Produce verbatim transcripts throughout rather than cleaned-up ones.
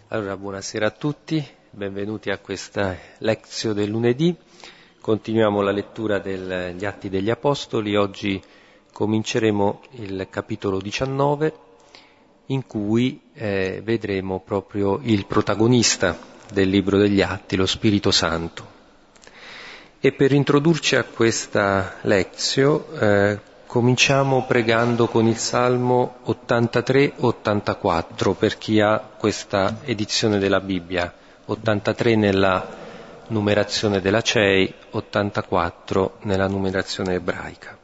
Allora, buonasera a tutti, benvenuti a questa lezione del lunedì. Continuiamo la lettura degli Atti degli Apostoli. Oggi cominceremo il capitolo diciannove, in cui eh, vedremo proprio il protagonista del libro degli Atti, lo Spirito Santo. E per introdurci a questa lezione eh, cominciamo pregando con il Salmo ottantatré ottantaquattro, per chi ha questa edizione della Bibbia, ottantatré nella numerazione della C E I, ottantaquattro nella numerazione ebraica.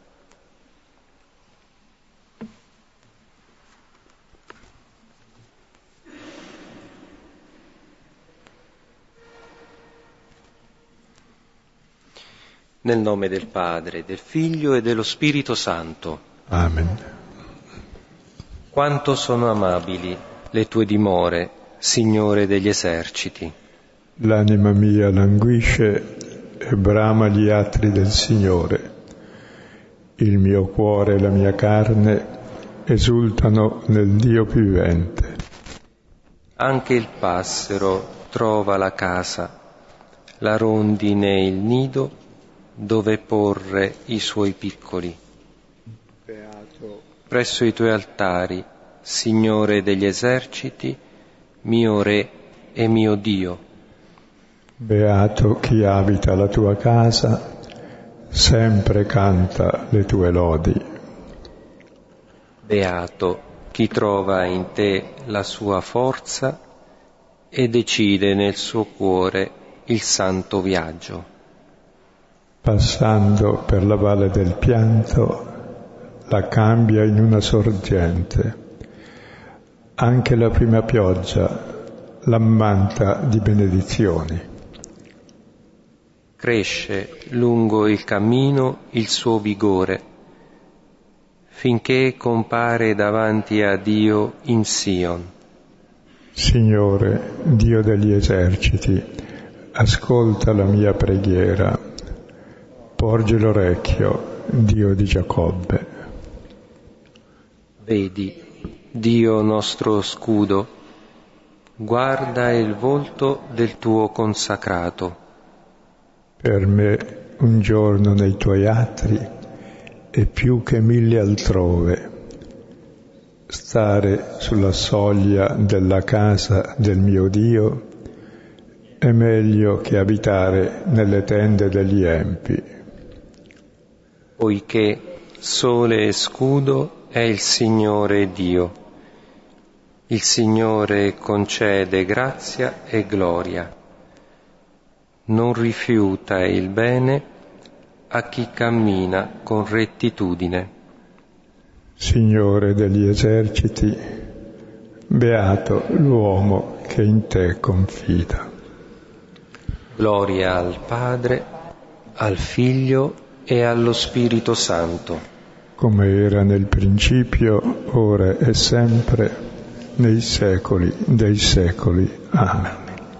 Nel nome del Padre, del Figlio e dello Spirito Santo. Amen. Quanto sono amabili le tue dimore, Signore degli eserciti. L'anima mia languisce e brama gli attri del Signore. Il mio cuore e la mia carne esultano nel Dio vivente. Anche il passero trova la casa, la rondine il nido, dove porre i suoi piccoli. Beato. Presso i tuoi altari, Signore degli eserciti, mio Re e mio Dio. Beato chi abita la tua casa, sempre canta le tue lodi. Beato chi trova in te la sua forza e decide nel suo cuore il santo viaggio. Passando per la valle del pianto, la cambia in una sorgente. Anche la prima pioggia l'ammanta di benedizioni. Cresce lungo il cammino il suo vigore, finché compare davanti a Dio in Sion. Signore, Dio degli eserciti, ascolta la mia preghiera. Porgi l'orecchio, Dio di Giacobbe. Vedi, Dio nostro scudo, guarda il volto del tuo consacrato. Per me un giorno nei tuoi attri è più che mille altrove. Stare sulla soglia della casa del mio Dio è meglio che abitare nelle tende degli empi. Poiché sole e scudo è il Signore Dio. Il Signore concede grazia e gloria. Non rifiuta il bene a chi cammina con rettitudine. Signore degli eserciti, beato l'uomo che in te confida. Gloria al Padre, al Figlio e allo Spirito Santo. Come era nel principio, ora e sempre, nei secoli dei secoli. Amen.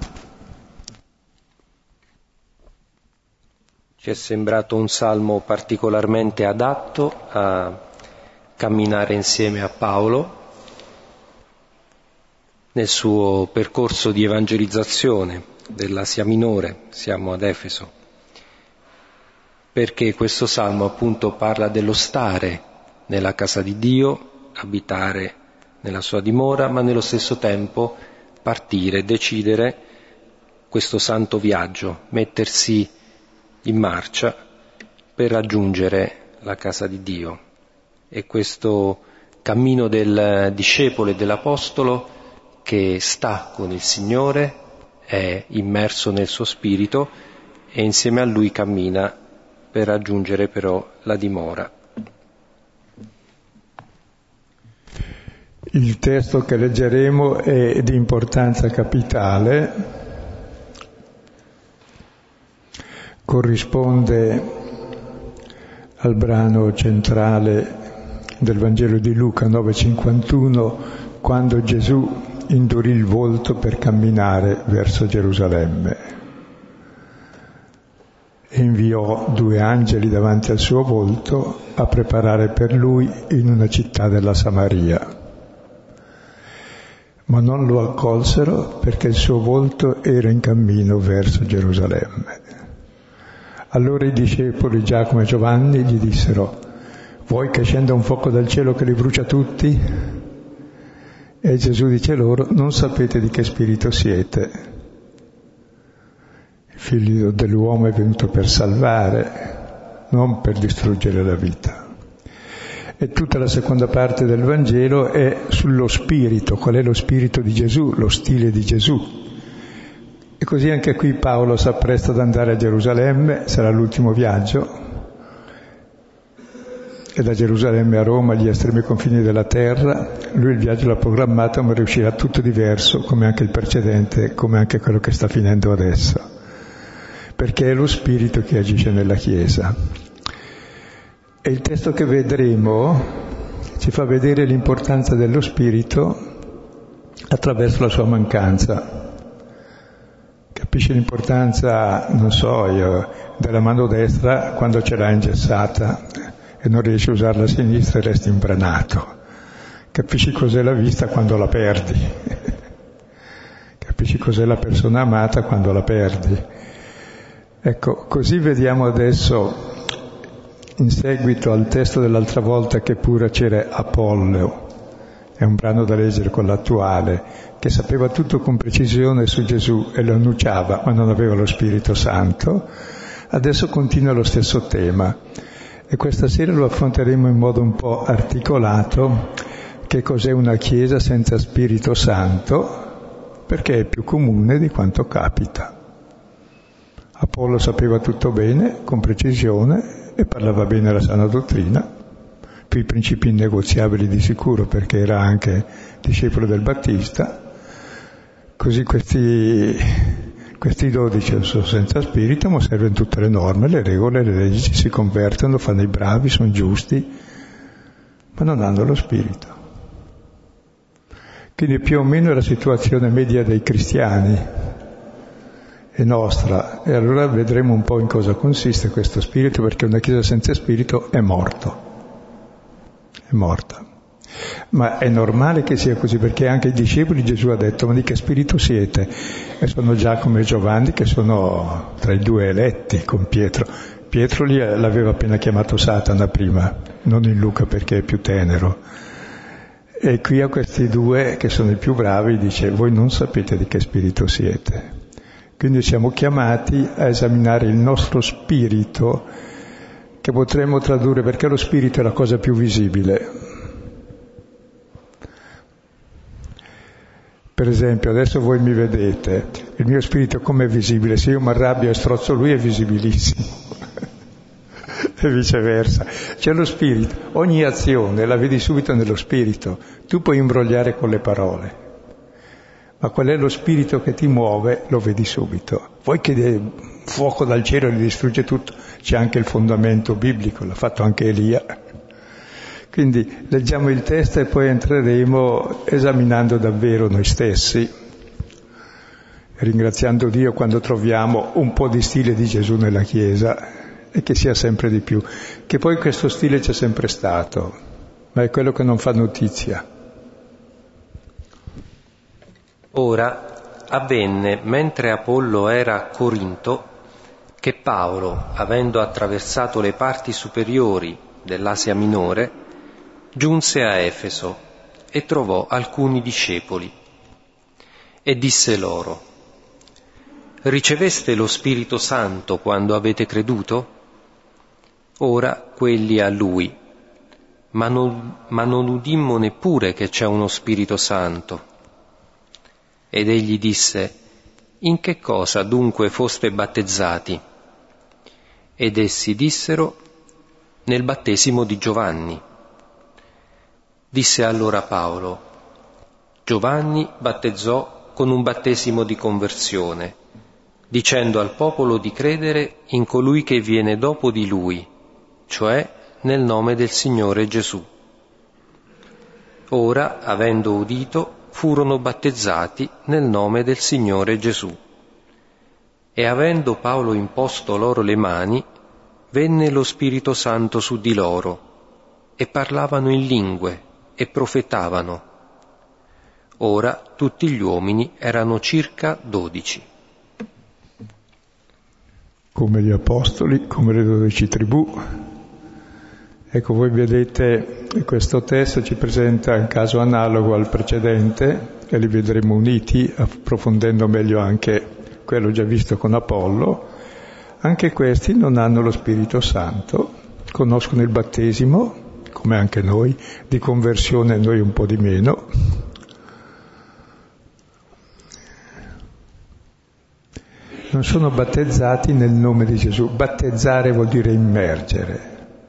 Ci è sembrato un salmo particolarmente adatto a camminare insieme a Paolo nel suo percorso di evangelizzazione dell'Asia Minore. Siamo ad Efeso, perché questo salmo appunto parla dello stare nella casa di Dio, abitare nella sua dimora, ma nello stesso tempo partire, decidere questo santo viaggio, mettersi in marcia per raggiungere la casa di Dio. E questo cammino del discepolo e dell'apostolo che sta con il Signore, è immerso nel suo spirito e insieme a Lui cammina per raggiungere però la dimora. Il testo che leggeremo è di importanza capitale, corrisponde al brano centrale del Vangelo di Luca nove cinquantuno, quando Gesù indurì il volto per camminare verso Gerusalemme. E inviò due angeli davanti al suo volto a preparare per lui in una città della Samaria. ma non lo accolsero perché il suo volto era in cammino verso Gerusalemme. Allora i discepoli Giacomo e Giovanni gli dissero: vuoi che scenda un fuoco dal cielo che li brucia tutti? E Gesù dice loro: non sapete di che spirito siete. Il figlio dell'uomo è venuto per salvare, non per distruggere la vita. E tutta la seconda parte del Vangelo è sullo spirito. Qual è lo spirito di Gesù? Lo stile di Gesù. E così anche qui Paolo si appresta ad andare a Gerusalemme, sarà l'ultimo viaggio, e da Gerusalemme a Roma, agli estremi confini della terra. Lui il viaggio l'ha programmato, ma riuscirà tutto diverso, come anche il precedente, come anche quello che sta finendo adesso, perché è lo spirito che agisce nella Chiesa. E il testo che vedremo ci fa vedere l'importanza dello spirito attraverso la sua mancanza. Capisci l'importanza, non so io, della mano destra quando ce l'hai ingessata e non riesci a usarla a sinistra e resti imbranato. Capisci cos'è la vista quando la perdi. Capisci cos'è la persona amata quando la perdi. Ecco, così vediamo adesso, in seguito al testo dell'altra volta, che pure c'era Apollo, è un brano da leggere con l'attuale, che sapeva tutto con precisione su Gesù e lo annunciava, ma non aveva lo Spirito Santo. Adesso continua lo stesso tema e questa sera lo affronteremo in modo un po' articolato. Che cos'è una Chiesa senza Spirito Santo? Perché è più comune di quanto capita. Apollo sapeva tutto bene, con precisione, e parlava bene la sana dottrina, più i principi innegoziabili di sicuro, perché era anche discepolo del Battista. Così questi, questi dodici sono senza spirito, ma servono tutte le norme, le regole, le leggi, ci si convertono, fanno i bravi, sono giusti, ma non hanno lo spirito. Quindi più o meno è la situazione media dei cristiani è nostra, e allora vedremo un po' in cosa consiste questo spirito, perché una Chiesa senza spirito è morto, è morta. Ma è normale che sia così, perché anche i discepoli Gesù ha detto: ma di che spirito siete? E sono Giacomo e Giovanni, che sono tra i due eletti con Pietro. Pietro lì l'aveva appena chiamato Satana prima, non in Luca perché è più tenero. E qui a questi due, che sono i più bravi, dice: voi non sapete di che spirito siete. Quindi siamo chiamati a esaminare il nostro spirito, che potremmo tradurre, perché lo spirito è la cosa più visibile. Per esempio, adesso voi mi vedete, il mio spirito com'è visibile? Se io mi arrabbio e strozzo lui è visibilissimo, e viceversa. C'è lo spirito, ogni azione la vedi subito nello spirito. Tu puoi imbrogliare con le parole, ma qual è lo spirito che ti muove lo vedi subito. Poi che fuoco dal cielo li distrugge tutto, c'è anche il fondamento biblico, l'ha fatto anche Elia. Quindi leggiamo il testo e poi entreremo esaminando davvero noi stessi, ringraziando Dio quando troviamo un po' di stile di Gesù nella Chiesa, e che sia sempre di più, che poi questo stile c'è sempre stato, ma è quello che non fa notizia. Ora avvenne, mentre Apollo era a Corinto, che Paolo, avendo attraversato le parti superiori dell'Asia Minore, giunse a Efeso e trovò alcuni discepoli e disse loro: riceveste lo Spirito Santo quando avete creduto? Ora quelli a lui: ma non, ma non udimmo neppure che c'è uno Spirito Santo. Ed egli disse: in che cosa dunque foste battezzati? Ed essi dissero: nel battesimo di Giovanni. Disse allora Paolo: Giovanni battezzò con un battesimo di conversione, dicendo al popolo di credere in colui che viene dopo di lui, cioè nel nome del Signore Gesù. Ora, avendo udito, furono battezzati nel nome del Signore Gesù. E avendo Paolo imposto loro le mani, venne lo Spirito Santo su di loro, e parlavano in lingue, e profetavano. Ora tutti gli uomini erano circa dodici. Come gli apostoli, come le dodici tribù. Ecco, voi vedete, questo testo ci presenta un caso analogo al precedente, e li vedremo uniti, approfondendo meglio anche quello già visto con Apollo. Anche questi non hanno lo Spirito Santo, conoscono il battesimo, come anche noi, di conversione noi un po' di meno. Non sono battezzati nel nome di Gesù. Battezzare vuol dire immergere,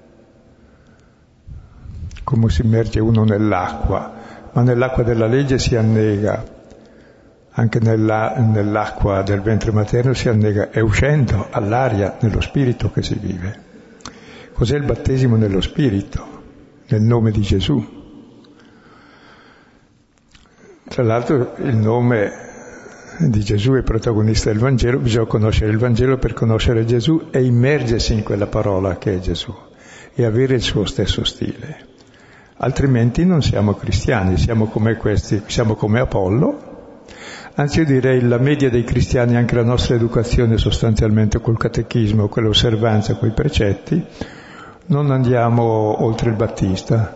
come si immerge uno nell'acqua, ma nell'acqua della legge si annega, anche nella, nell'acqua del ventre materno si annega, è uscendo all'aria, nello spirito che si vive. Cos'è il battesimo nello spirito, nel nome di Gesù? Tra l'altro il nome di Gesù è protagonista del Vangelo, bisogna conoscere il Vangelo per conoscere Gesù e immergersi in quella parola che è Gesù e avere il suo stesso stile. Altrimenti non siamo cristiani, siamo come questi, siamo come Apollo. Anzi, io direi la media dei cristiani, anche la nostra educazione sostanzialmente col catechismo, con l'osservanza, con i precetti, non andiamo oltre il Battista.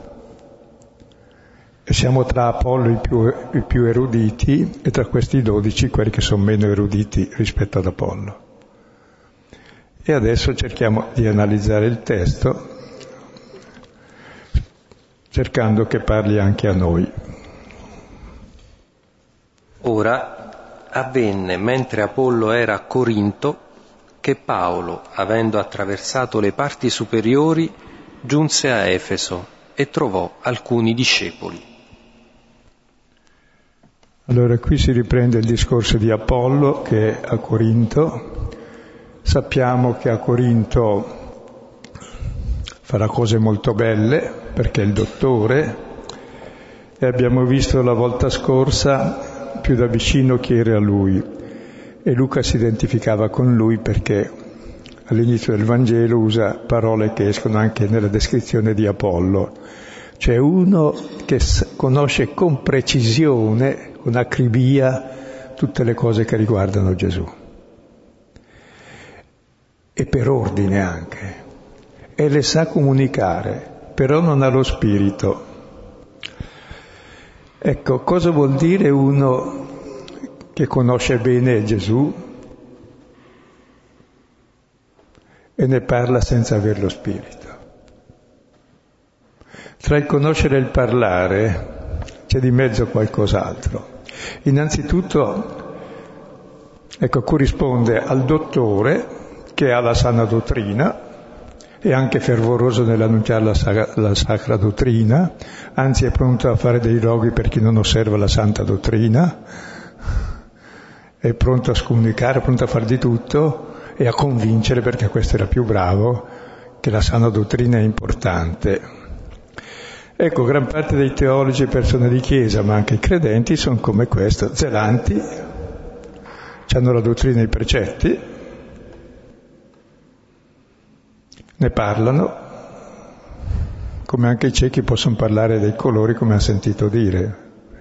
E siamo tra Apollo i più, i più eruditi e tra questi dodici quelli che sono meno eruditi rispetto ad Apollo. E adesso cerchiamo di analizzare il testo, cercando che parli anche a noi. Ora avvenne, mentre Apollo era a Corinto, che Paolo, avendo attraversato le parti superiori, giunse a Efeso e trovò alcuni discepoli. Allora qui si riprende il discorso di Apollo che è a Corinto. Sappiamo che a Corinto farà cose molto belle perché è il dottore, e abbiamo visto la volta scorsa più da vicino chi era lui, e Luca si identificava con lui perché all'inizio del Vangelo usa parole che escono anche nella descrizione di Apollo. C'è uno che conosce con precisione, con acribia, tutte le cose che riguardano Gesù. E per ordine anche. E le sa comunicare, però non ha lo spirito. Ecco, cosa vuol dire uno che conosce bene Gesù e ne parla senza aver lo spirito? Tra il conoscere e il parlare c'è di mezzo qualcos'altro. Innanzitutto, ecco, corrisponde al dottore che ha la sana dottrina, è anche fervoroso nell'annunciare la, sagra, la sacra dottrina, anzi è pronto a fare dei roghi per chi non osserva la santa dottrina, è pronto a scomunicare, è pronto a fare di tutto e a convincere, perché questo era più bravo, che la sana dottrina è importante. Ecco, gran parte dei teologi e persone di chiesa, ma anche i credenti, sono come questo, zelanti, hanno la dottrina e i precetti, ne parlano, come anche i ciechi possono parlare dei colori, come ha sentito dire.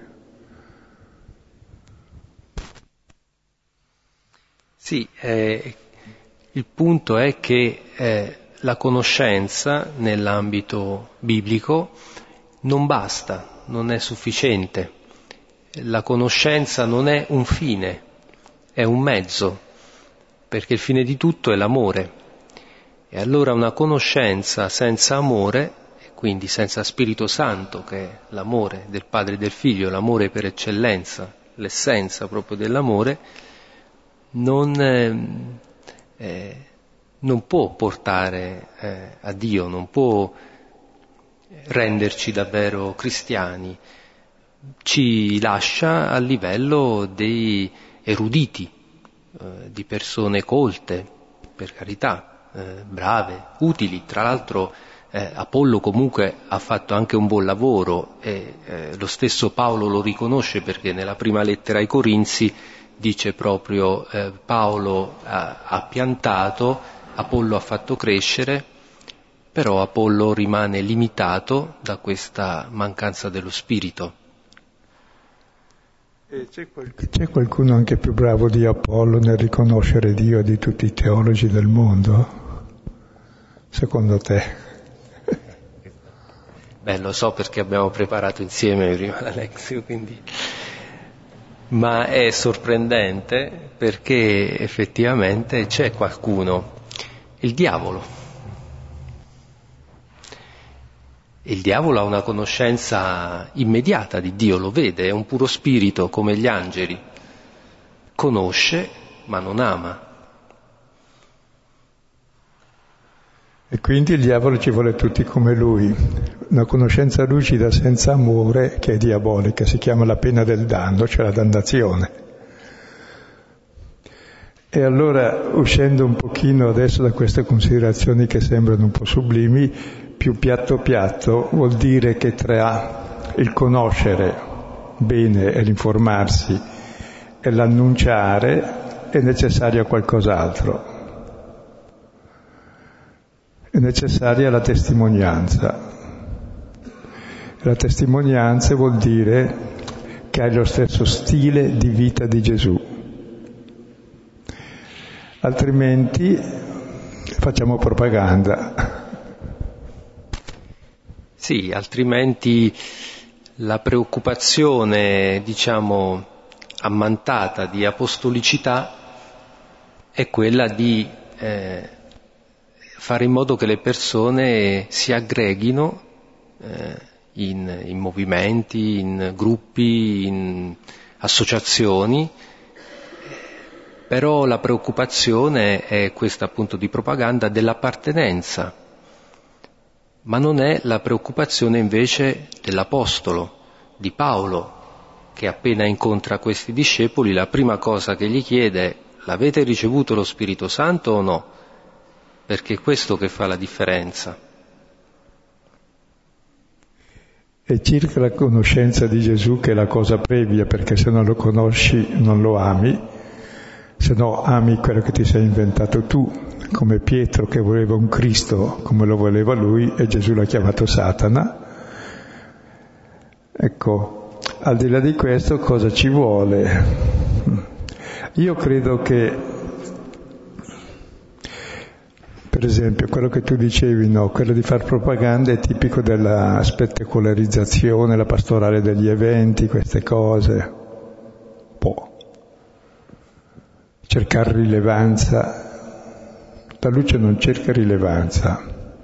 Sì, eh, il punto è che eh, la conoscenza nell'ambito biblico non basta, non è sufficiente. La conoscenza non è un fine, è un mezzo, perché il fine di tutto è l'amore. E allora una conoscenza senza amore, e quindi senza Spirito Santo, che è l'amore del Padre e del Figlio, l'amore per eccellenza, l'essenza proprio dell'amore, non, eh, eh, non può portare eh, a Dio, non può renderci davvero cristiani, ci lascia a livello dei eruditi, eh, di persone colte, per carità, eh, brave, utili. Tra l'altro eh, Apollo comunque ha fatto anche un buon lavoro e eh, lo stesso Paolo lo riconosce, perché nella prima lettera ai Corinzi dice proprio eh, Paolo ha, ha piantato, Apollo ha fatto crescere, però Apollo rimane limitato da questa mancanza dello spirito. E c'è, qual- c'è qualcuno anche più bravo di Apollo nel riconoscere Dio di tutti i teologi del mondo? Secondo te? Beh, lo so perché abbiamo preparato insieme prima la lezione, quindi... Ma è sorprendente perché effettivamente c'è qualcuno, il diavolo. Il diavolo ha una conoscenza immediata di Dio, lo vede, è un puro spirito come gli angeli. Conosce, ma non ama. E quindi il diavolo ci vuole tutti come lui. Una conoscenza lucida senza amore che è diabolica, si chiama la pena del danno, cioè la dannazione. E allora, uscendo un pochino adesso da queste considerazioni che sembrano un po' sublimi, più piatto piatto vuol dire che tra il conoscere bene e l'informarsi e l'annunciare è necessario qualcos'altro. È necessaria la testimonianza. La testimonianza vuol dire che hai lo stesso stile di vita di Gesù. Altrimenti facciamo propaganda. Sì, altrimenti la preoccupazione, diciamo, ammantata di apostolicità è quella di eh, fare in modo che le persone si aggreghino eh, in, in movimenti, in gruppi, in associazioni, però la preoccupazione è questa appunto di propaganda dell'appartenenza, ma non è la preoccupazione invece dell'Apostolo, di Paolo, che appena incontra questi discepoli la prima cosa che gli chiede è: l'avete ricevuto lo Spirito Santo o no? Perché è questo che fa la differenza. E circa la conoscenza di Gesù, che è la cosa previa, perché se non lo conosci non lo ami, se no ami quello che ti sei inventato tu, come Pietro che voleva un Cristo come lo voleva lui e Gesù l'ha chiamato Satana. Ecco, al di là di questo cosa ci vuole? Io credo che, per esempio, quello che tu dicevi, no, quello di far propaganda è tipico della spettacolarizzazione, la pastorale degli eventi, queste cose. Può cercare rilevanza. La luce non cerca rilevanza.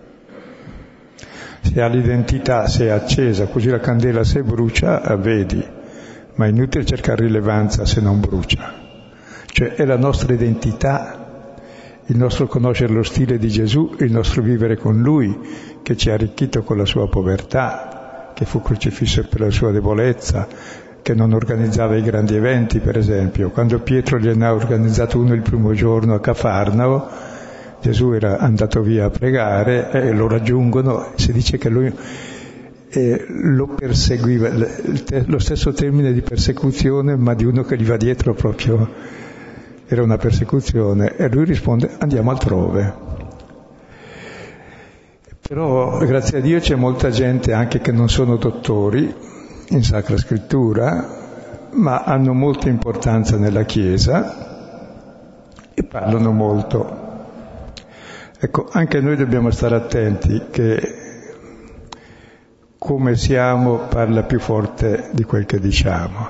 Se ha l'identità, se è accesa, così la candela se brucia, vedi, ma è inutile cercare rilevanza se non brucia. Cioè è la nostra identità, il nostro conoscere lo stile di Gesù, il nostro vivere con Lui, che ci ha arricchito con la sua povertà, che fu crocifisso per la sua debolezza, che non organizzava i grandi eventi, per esempio. Quando Pietro gliene ha organizzato uno il primo giorno a Cafarnao, Gesù era andato via a pregare e lo raggiungono, si dice che lui eh, lo perseguiva, lo stesso termine di persecuzione, ma di uno che gli va dietro proprio, era una persecuzione, e lui risponde: andiamo altrove. Però grazie a Dio c'è molta gente anche che non sono dottori in Sacra Scrittura, ma hanno molta importanza nella Chiesa e parlano molto. Ecco, anche noi dobbiamo stare attenti che come siamo parla più forte di quel che diciamo.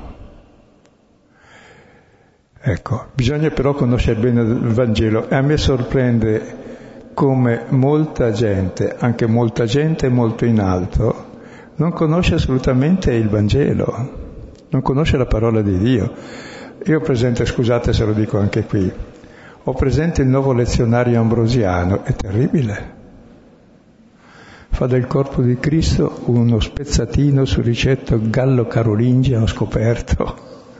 Ecco, bisogna però conoscere bene il Vangelo, e a me sorprende come molta gente, anche molta gente molto in alto, non conosce assolutamente il Vangelo, non conosce la parola di Dio. Io ho presente, scusate se lo dico anche qui, ho presente il nuovo lezionario ambrosiano, è terribile. Fa del corpo di Cristo uno spezzatino sul ricetto gallo carolingia, ho scoperto,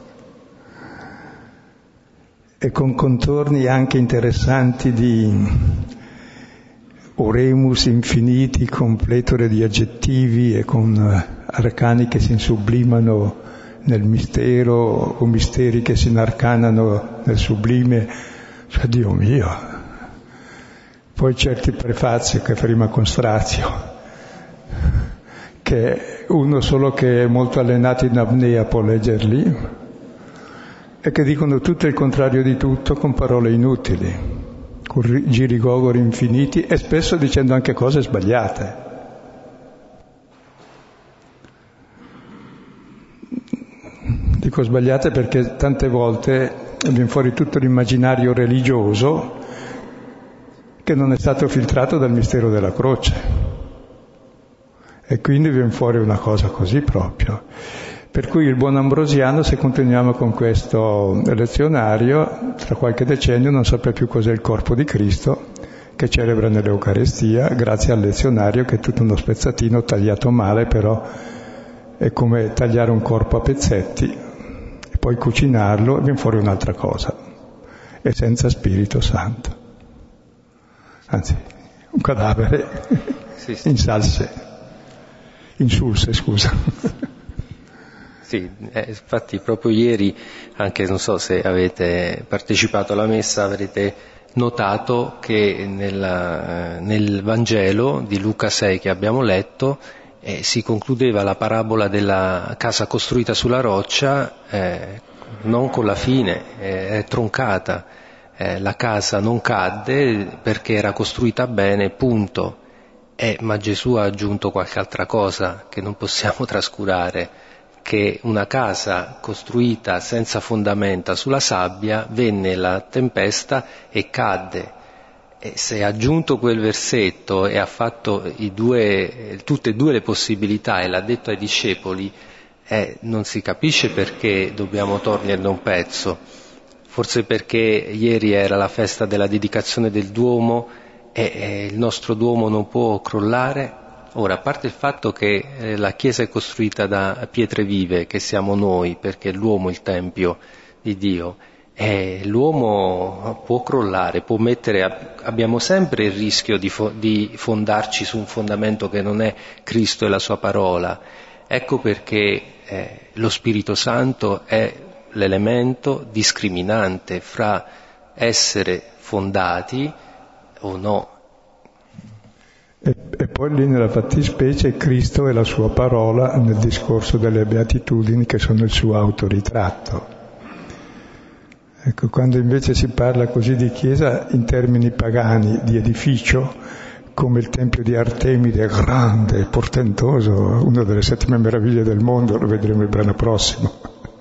e con contorni anche interessanti di oremus infiniti, con pletore di aggettivi e con arcani che si insublimano nel mistero o misteri che si inarcanano nel sublime. Cioè, Dio mio! Poi certi prefazi che prima con Strazio, che uno solo che è molto allenato in apnea può leggerli, e che dicono tutto il contrario di tutto con parole inutili, con girigogori infiniti e spesso dicendo anche cose sbagliate. Dico sbagliate perché tante volte viene fuori tutto l'immaginario religioso che non è stato filtrato dal mistero della croce. E quindi viene fuori una cosa così proprio. Per cui il buon ambrosiano, se continuiamo con questo lezionario, tra qualche decennio non saprà più cos'è il corpo di Cristo che celebra nell'Eucarestia, grazie al lezionario che è tutto uno spezzatino tagliato male, però è come tagliare un corpo a pezzetti e poi cucinarlo e viene fuori un'altra cosa, e senza Spirito Santo. Anzi, un cadavere sì, sì. in salse, insulse, scusa. Sì, eh, infatti proprio ieri, anche non so se avete partecipato alla messa, avrete notato che nella, nel Vangelo di Luca sei che abbiamo letto eh, si concludeva la parabola della casa costruita sulla roccia eh, non con la fine, eh, è troncata. Eh, la casa non cadde perché era costruita bene, punto. Eh, ma Gesù ha aggiunto qualche altra cosa che non possiamo trascurare, che una casa costruita senza fondamenta sulla sabbia venne la tempesta e cadde. E se ha aggiunto quel versetto e ha fatto i due, tutte e due le possibilità e l'ha detto ai discepoli, eh, non si capisce perché dobbiamo toglierne un pezzo. Forse perché ieri era la festa della dedicazione del Duomo e, e il nostro Duomo non può crollare. Ora, a parte il fatto che eh, la Chiesa è costruita da pietre vive, che siamo noi, perché è l'uomo il Tempio di Dio, e l'uomo può crollare, può mettere, abbiamo sempre il rischio di, fo- di fondarci su un fondamento che non è Cristo e la Sua parola. Ecco perché eh, lo Spirito Santo è l'elemento discriminante fra essere fondati o no. E, e poi lì nella fattispecie Cristo e la sua parola nel discorso delle beatitudini che sono il suo autoritratto. Ecco, quando invece si parla così di Chiesa in termini pagani, di edificio, come il Tempio di Artemide, grande, portentoso, una delle settime meraviglie del mondo, lo vedremo il brano prossimo.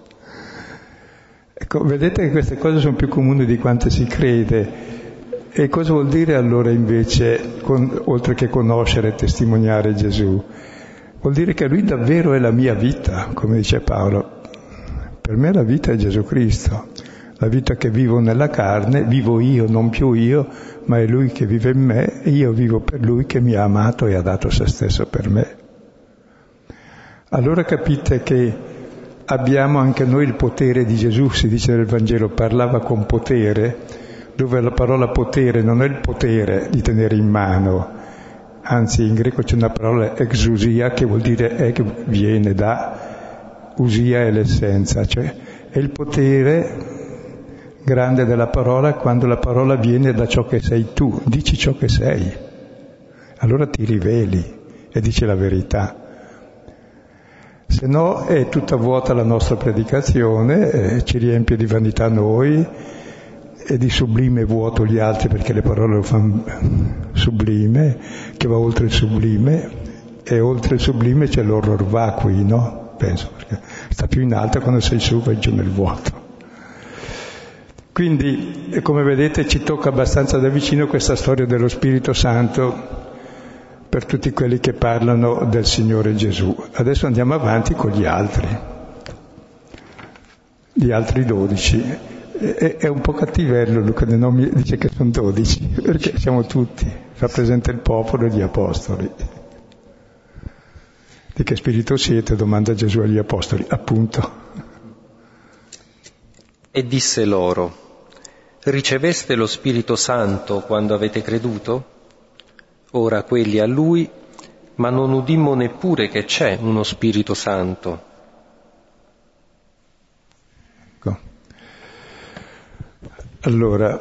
Ecco, vedete che queste cose sono più comuni di quante si crede. E cosa vuol dire allora invece, con, oltre che conoscere e testimoniare Gesù? Vuol dire che Lui davvero è la mia vita, come dice Paolo. Per me la vita è Gesù Cristo. La vita che vivo nella carne, vivo io, non più io, ma è Lui che vive in me e io vivo per Lui che mi ha amato e ha dato se stesso per me. Allora capite che abbiamo anche noi il potere di Gesù, si dice nel Vangelo, parlava con potere, dove la parola potere non è il potere di tenere in mano, anzi in greco c'è una parola exousia che vuol dire ex, viene da, usia è l'essenza, cioè è il potere grande della parola quando la parola viene da ciò che sei tu, dici ciò che sei, allora ti riveli e dici la verità. Se no è tutta vuota la nostra predicazione, eh, ci riempie di vanità noi e di sublime vuoto gli altri, perché le parole lo fanno sublime, che va oltre il sublime, e oltre il sublime c'è l'horror vacui, no? Penso, perché sta più in alto, quando sei su vai giù nel vuoto. Quindi, come vedete, ci tocca abbastanza da vicino questa storia dello Spirito Santo per tutti quelli che parlano del Signore Gesù. Adesso andiamo avanti con gli altri, gli altri dodici. È, è un po' cattivello Luca De Nomi dice che sono dodici, perché siamo tutti, rappresenta il popolo e gli apostoli. Di che spirito siete? Domanda Gesù agli apostoli, appunto. E disse loro: riceveste lo Spirito Santo quando avete creduto? Ora quelli a lui, ma non udimmo neppure che c'è uno Spirito Santo. Ecco. Allora,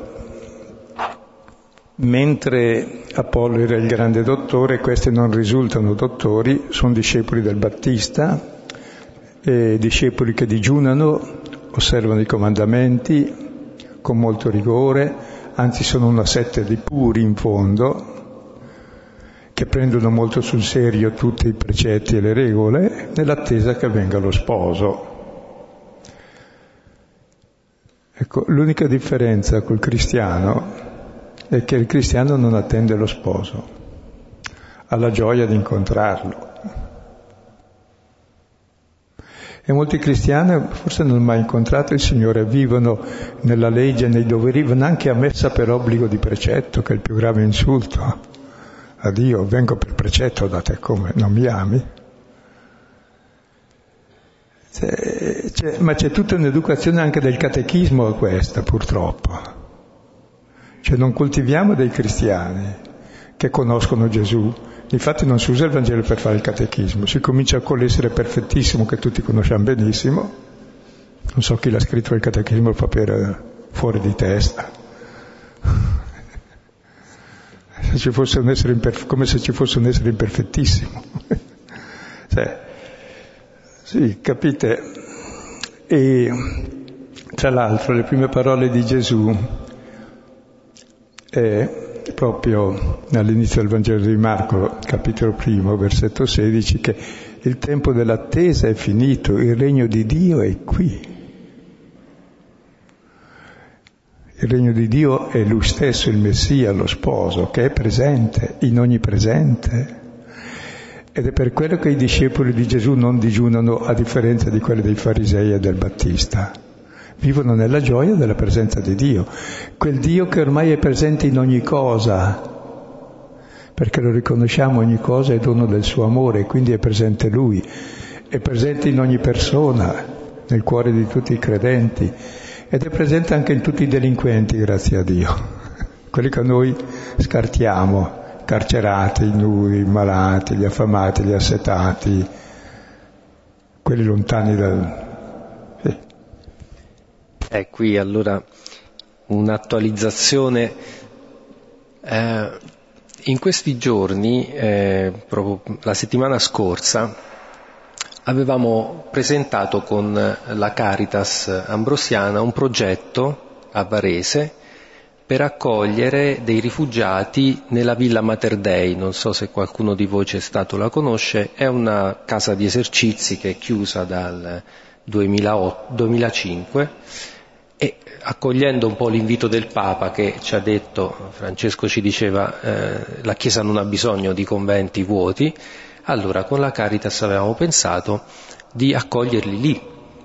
mentre Apollo era il grande dottore, questi non risultano dottori, sono discepoli del Battista, e discepoli che digiunano, osservano i comandamenti con molto rigore, anzi sono una setta di puri in fondo, che prendono molto sul serio tutti i precetti e le regole, nell'attesa che venga lo sposo. Ecco, l'unica differenza col cristiano è che il cristiano non attende lo sposo, ha la gioia di incontrarlo. E molti cristiani forse non hanno mai incontrato il Signore, vivono nella legge, nei doveri, vanno anche a messa per obbligo di precetto, che è il più grave insulto a Dio. Vengo per precetto da te, come? Non mi ami? C'è, c'è, ma c'è tutta un'educazione anche del catechismo a questa, purtroppo. Cioè non coltiviamo dei cristiani che conoscono Gesù. Infatti non si usa il Vangelo per fare il catechismo, si comincia con l'essere perfettissimo, che tutti conosciamo benissimo. Non so chi l'ha scritto il catechismo, lo fa per fuori di testa. Se ci fosse un essere imperf- come se ci fosse un essere imperfettissimo. Cioè, sì, capite? E tra l'altro le prime parole di Gesù è proprio all'inizio del Vangelo di Marco, capitolo primo, versetto sedici, che il tempo dell'attesa è finito, il regno di Dio è qui. Il regno di Dio è Lui stesso, il Messia, lo sposo, che è presente, in ogni presente. Ed è per quello che i discepoli di Gesù non digiunano, a differenza di quelli dei farisei e del Battista. Vivono nella gioia della presenza di Dio, quel Dio che ormai è presente in ogni cosa, perché lo riconosciamo, ogni cosa è dono del suo amore, quindi è presente Lui, è presente in ogni persona, nel cuore di tutti i credenti, ed è presente anche in tutti i delinquenti, grazie a Dio, quelli che noi scartiamo, carcerati, i nudi, i malati, gli affamati, gli assetati, quelli lontani dal... Sì. È qui allora un'attualizzazione. Eh, in questi giorni, eh, proprio la settimana scorsa, avevamo presentato con la Caritas Ambrosiana un progetto a Varese per accogliere dei rifugiati nella Villa Mater Dei. Non so se qualcuno di voi c'è stato, la conosce, è una casa di esercizi che è chiusa dal duemilaotto, duemilacinque, e accogliendo un po' l'invito del Papa che ci ha detto, Francesco ci diceva, eh, la Chiesa non ha bisogno di conventi vuoti, allora con la Caritas avevamo pensato di accoglierli lì,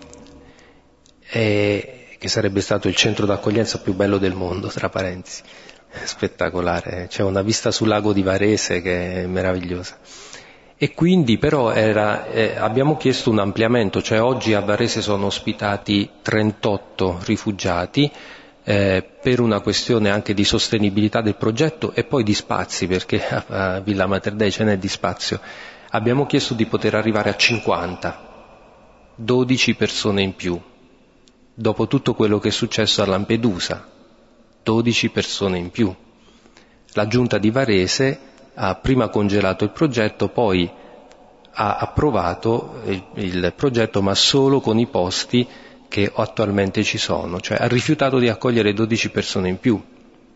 e, che sarebbe stato il centro d'accoglienza più bello del mondo, tra parentesi, spettacolare, c'è una vista sul lago di Varese che è meravigliosa. E quindi però era, eh, abbiamo chiesto un ampliamento, cioè oggi a Varese sono ospitati trentotto rifugiati, eh, per una questione anche di sostenibilità del progetto e poi di spazi, perché a, a Villa Mater Dei ce n'è di spazio. Abbiamo chiesto di poter arrivare a cinquanta, dodici persone in più, dopo tutto quello che è successo a Lampedusa, dodici persone in più. La giunta di Varese ha prima congelato il progetto, poi ha approvato il, il progetto, ma solo con i posti che attualmente ci sono, cioè ha rifiutato di accogliere dodici persone in più.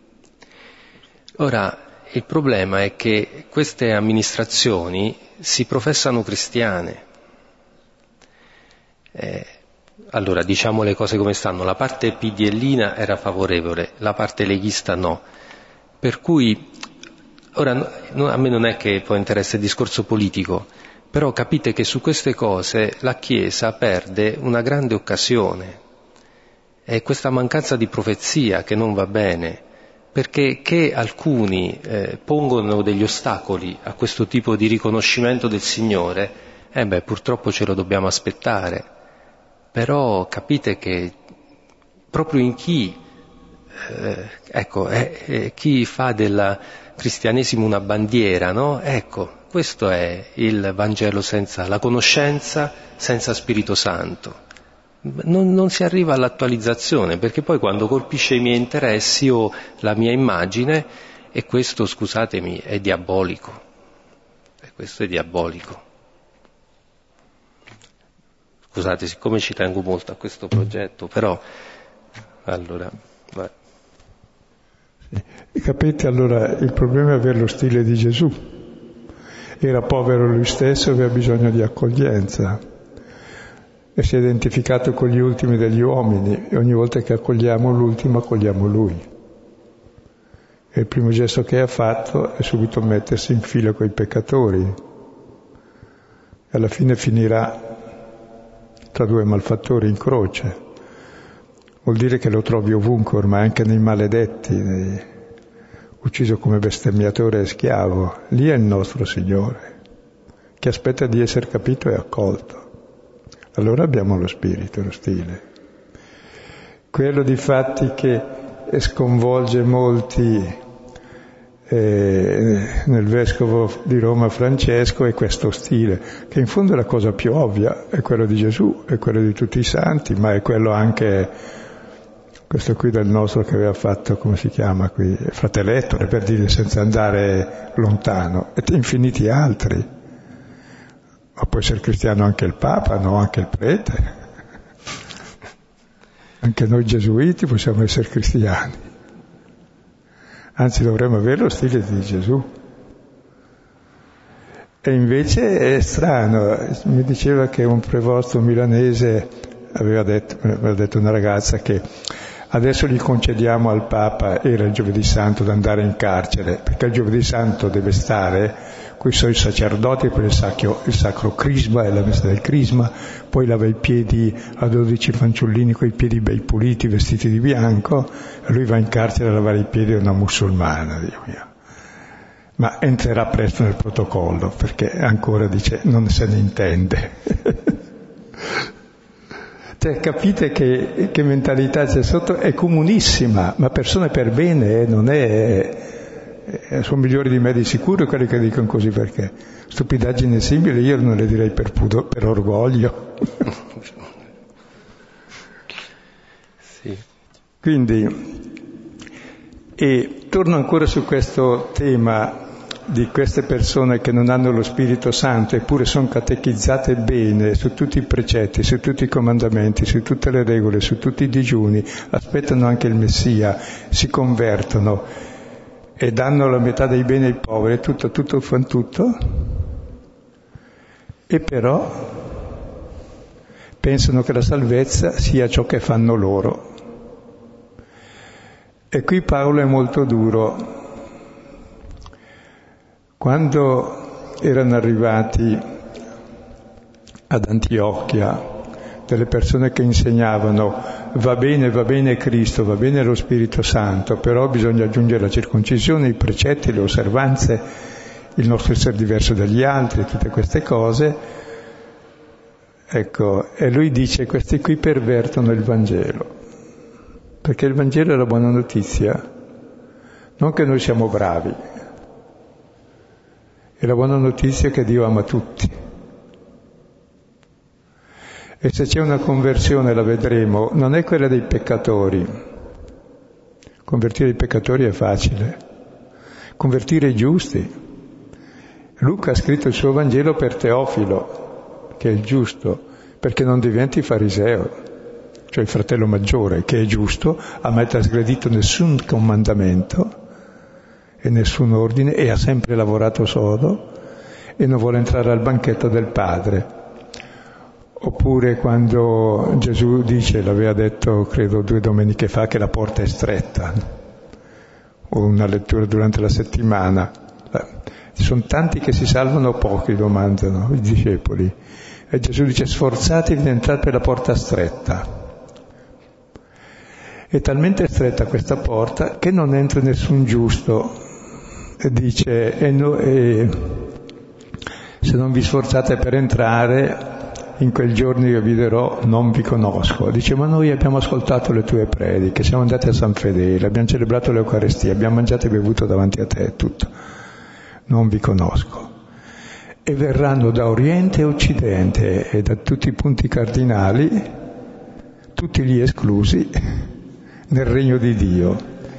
Ora, il problema è che queste amministrazioni si professano cristiane. Eh, allora, diciamo le cose come stanno, la parte pidellina era favorevole, la parte leghista no. Per cui ora, a me non è che poi interessa il discorso politico, però capite che su queste cose la Chiesa perde una grande occasione. È questa mancanza di profezia che non va bene, perché che alcuni eh, pongono degli ostacoli a questo tipo di riconoscimento del Signore, eh beh, purtroppo ce lo dobbiamo aspettare. Però capite che proprio in chi, eh, ecco, eh, eh, chi fa del cristianesimo una bandiera, no? Ecco, questo è il Vangelo senza la conoscenza, senza Spirito Santo. Non, non si arriva all'attualizzazione, perché poi quando colpisce i miei interessi o la mia immagine, e questo, scusatemi, è diabolico. E questo è diabolico. Scusate, siccome ci tengo molto a questo progetto, però allora vai. Sì. Capite, allora il problema è avere lo stile di Gesù. Era povero lui stesso, aveva bisogno di accoglienza e si è identificato con gli ultimi degli uomini, e ogni volta che accogliamo l'ultimo accogliamo lui. E il primo gesto che ha fatto è subito mettersi in fila coi peccatori, e alla fine finirà tra due malfattori in croce. Vuol dire che lo trovi ovunque ormai, anche nei maledetti, nei... ucciso come bestemmiatore e schiavo. Lì è il nostro Signore, che aspetta di essere capito e accolto. Allora abbiamo lo spirito, lo stile. Quello di fatti che sconvolge molti eh, nel vescovo di Roma Francesco è questo stile, che in fondo è la cosa più ovvia, è quello di Gesù, è quello di tutti i santi, ma è quello anche, questo qui del nostro che aveva fatto, come si chiama qui, Fratellettore, per dire, senza andare lontano, e infiniti altri. Ma può essere cristiano anche il Papa, no? Anche il prete. Anche noi gesuiti possiamo essere cristiani. Anzi, dovremmo avere lo stile di Gesù. E invece è strano. Mi diceva che un prevosto milanese aveva detto, aveva detto una ragazza che adesso gli concediamo al Papa, era il giovedì santo, da andare in carcere, perché il giovedì santo deve stare coi suoi sacerdoti per il sacro, il sacro crisma e la messa del crisma, poi lava i piedi a dodici fanciullini coi piedi bei puliti, vestiti di bianco, e lui va in carcere a lavare i piedi a una musulmana, Dio mio. Ma entrerà presto nel protocollo, perché ancora dice non se ne intende. Cioè, capite che, che mentalità c'è sotto? È comunissima, ma persone per bene, eh, non è... Eh, sono migliori di me di sicuro quelli che dicono così, perché stupidaggini simili io non le direi per, pudo, per orgoglio. Sì. Quindi, e torno ancora su questo tema di queste persone che non hanno lo Spirito Santo eppure sono catechizzate bene su tutti i precetti, su tutti i comandamenti, su tutte le regole, su tutti i digiuni, aspettano anche il Messia, si convertono e danno la metà dei beni ai poveri, tutto, tutto, fanno tutto, e però pensano che la salvezza sia ciò che fanno loro. E qui Paolo è molto duro. Quando erano arrivati ad Antiochia delle persone che insegnavano va bene, va bene Cristo, va bene lo Spirito Santo, però bisogna aggiungere la circoncisione, i precetti, le osservanze, il nostro essere diverso dagli altri, tutte queste cose. Ecco, e lui dice, questi qui pervertono il Vangelo, perché il Vangelo è la buona notizia, non che noi siamo bravi, è la buona notizia che Dio ama tutti. E se c'è una conversione, la vedremo, non è quella dei peccatori. Convertire i peccatori è facile. Convertire i giusti. Luca ha scritto il suo Vangelo per Teofilo, che è il giusto, perché non diventi fariseo, cioè il fratello maggiore, che è giusto, ha mai trasgredito nessun comandamento e nessun ordine, e ha sempre lavorato sodo, e non vuole entrare al banchetto del Padre. Oppure quando Gesù dice, l'aveva detto credo due domeniche fa, che la porta è stretta, o una lettura durante la settimana, ci sono tanti che si salvano, pochi domandano, i discepoli, e Gesù dice sforzatevi di entrare per la porta stretta. È talmente stretta questa porta che non entra nessun giusto, e dice e no, e se non vi sforzate per entrare, in quel giorno io vi dirò non vi conosco. Dice, ma noi abbiamo ascoltato le tue prediche, siamo andati a San Fedele, abbiamo celebrato l'Eucaristia, abbiamo mangiato e bevuto davanti a te, tutto. Non vi conosco. E verranno da Oriente e Occidente e da tutti i punti cardinali, tutti gli esclusi, nel regno di Dio.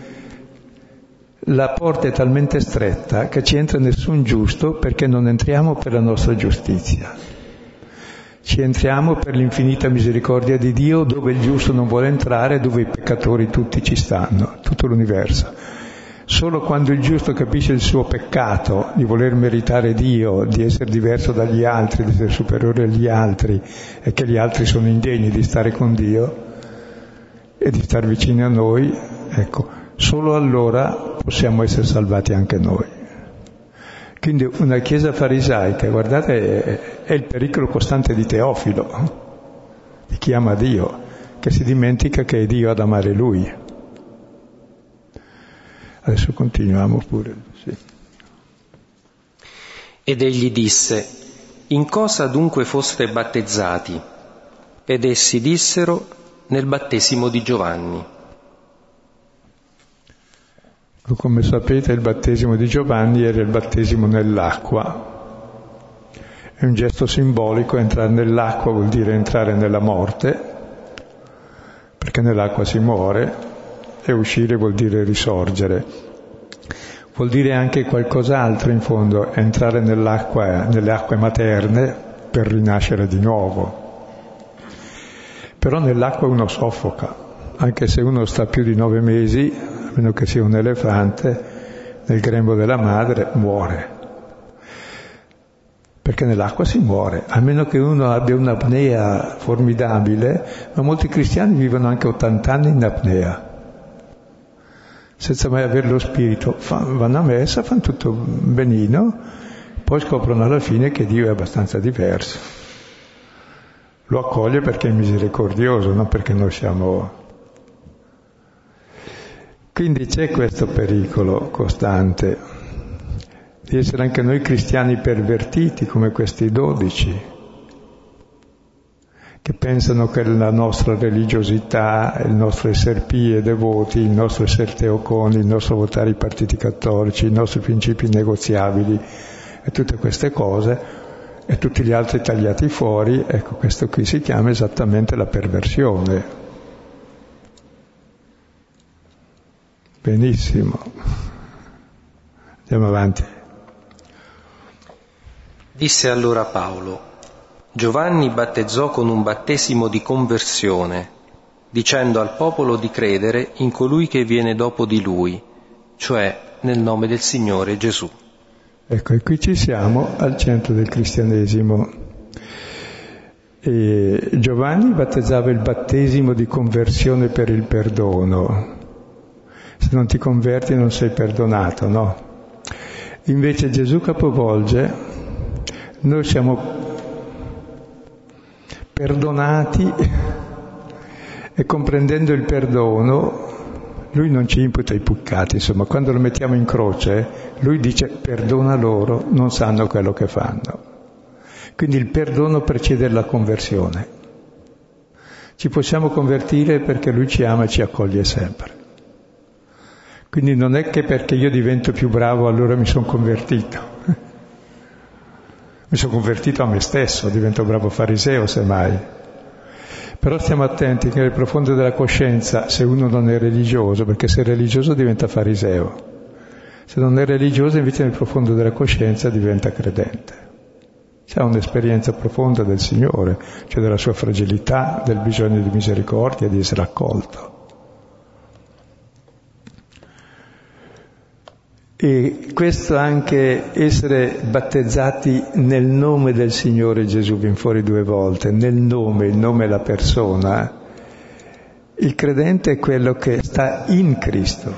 La porta è talmente stretta che ci entra nessun giusto, perché non entriamo per la nostra giustizia. ci entriamo per l'infinita misericordia di Dio, dove il giusto non vuole entrare, dove i peccatori tutti ci stanno, tutto l'universo. Solo quando il giusto capisce il suo peccato di voler meritare Dio, di essere diverso dagli altri, di essere superiore agli altri e che gli altri sono indegni di stare con Dio e di star vicini a noi, ecco, solo allora possiamo essere salvati anche noi. Quindi una chiesa farisaica, guardate, è il pericolo costante di Teofilo, di chi ama Dio, che si dimentica che è Dio ad amare Lui. Adesso continuiamo pure. Sì. Ed egli disse: in cosa dunque foste battezzati? Ed essi dissero: nel battesimo di Giovanni. Come sapete, il battesimo di Giovanni era il battesimo nell'acqua. È un gesto simbolico, entrare nell'acqua vuol dire entrare nella morte, perché nell'acqua si muore, e uscire vuol dire risorgere. Vuol dire anche qualcos'altro in fondo, entrare nell'acqua, nelle acque materne per rinascere di nuovo. Però nell'acqua uno soffoca, anche se uno sta più di nove mesi, a meno che sia un elefante, nel grembo della madre, muore. Perché nell'acqua si muore, a meno che uno abbia un'apnea formidabile, ma molti cristiani vivono anche ottanta anni in apnea, senza mai avere lo spirito. Vanno a messa, fanno tutto benino, poi scoprono alla fine che Dio è abbastanza diverso. Lo accoglie perché è misericordioso, non perché noi siamo... Quindi c'è questo pericolo costante di essere anche noi cristiani pervertiti come questi dodici, che pensano che la nostra religiosità, il nostro essere pii e devoti, il nostro essere teoconi, il nostro votare i partiti cattolici, i nostri principi negoziabili e tutte queste cose, e tutti gli altri tagliati fuori, ecco, questo qui si chiama esattamente la perversione. Benissimo. Andiamo avanti. Disse allora Paolo: Giovanni battezzò con un battesimo di conversione, dicendo al popolo di credere in colui che viene dopo di lui, cioè nel nome del Signore Gesù. Ecco, e qui ci siamo al centro del cristianesimo. E Giovanni battezzava il battesimo di conversione per il perdono. Se non ti converti non sei perdonato, no? Invece Gesù capovolge: noi siamo perdonati e comprendendo il perdono lui non ci imputa i peccati, insomma, quando lo mettiamo in croce lui dice perdona loro, non sanno quello che fanno. Quindi il perdono precede la conversione. Ci possiamo convertire perché lui ci ama e ci accoglie sempre. Quindi non è che perché io divento più bravo allora mi sono convertito. Mi sono convertito a me stesso, divento bravo fariseo semmai. Però stiamo attenti che nel profondo della coscienza, se uno non è religioso, perché se è religioso diventa fariseo, se non è religioso invece nel profondo della coscienza diventa credente. C'è un'esperienza profonda del Signore, cioè della sua fragilità, del bisogno di misericordia, di essere accolto. E questo anche essere battezzati nel nome del Signore Gesù, viene fuori due volte, nel nome, il nome è la persona. Il credente è quello che sta in Cristo.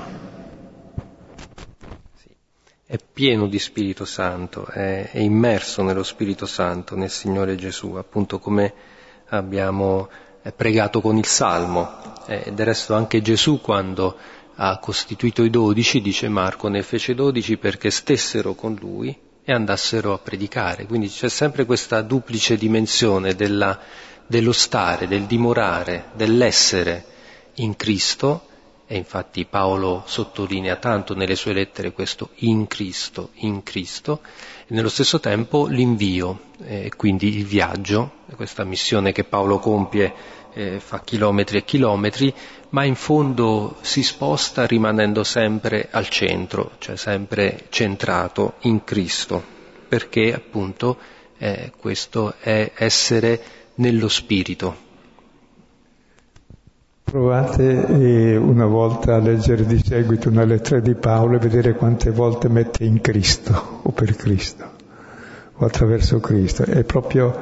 Sì. È pieno di Spirito Santo, è, è immerso nello Spirito Santo, nel Signore Gesù, appunto come abbiamo pregato con il Salmo. E del resto anche Gesù, quando ha costituito i dodici, dice Marco, ne fece dodici perché stessero con lui e andassero a predicare. Quindi c'è sempre questa duplice dimensione della, dello stare, del dimorare, dell'essere in Cristo, e infatti Paolo sottolinea tanto nelle sue lettere questo in Cristo, in Cristo, e nello stesso tempo l'invio, e quindi il viaggio, questa missione che Paolo compie, eh, fa chilometri e chilometri, ma in fondo si sposta rimanendo sempre al centro, cioè sempre centrato in Cristo, perché appunto eh, questo è essere nello Spirito. Provate eh, una volta a leggere di seguito una lettera di Paolo e vedere quante volte mette in Cristo o per Cristo o attraverso Cristo. È proprio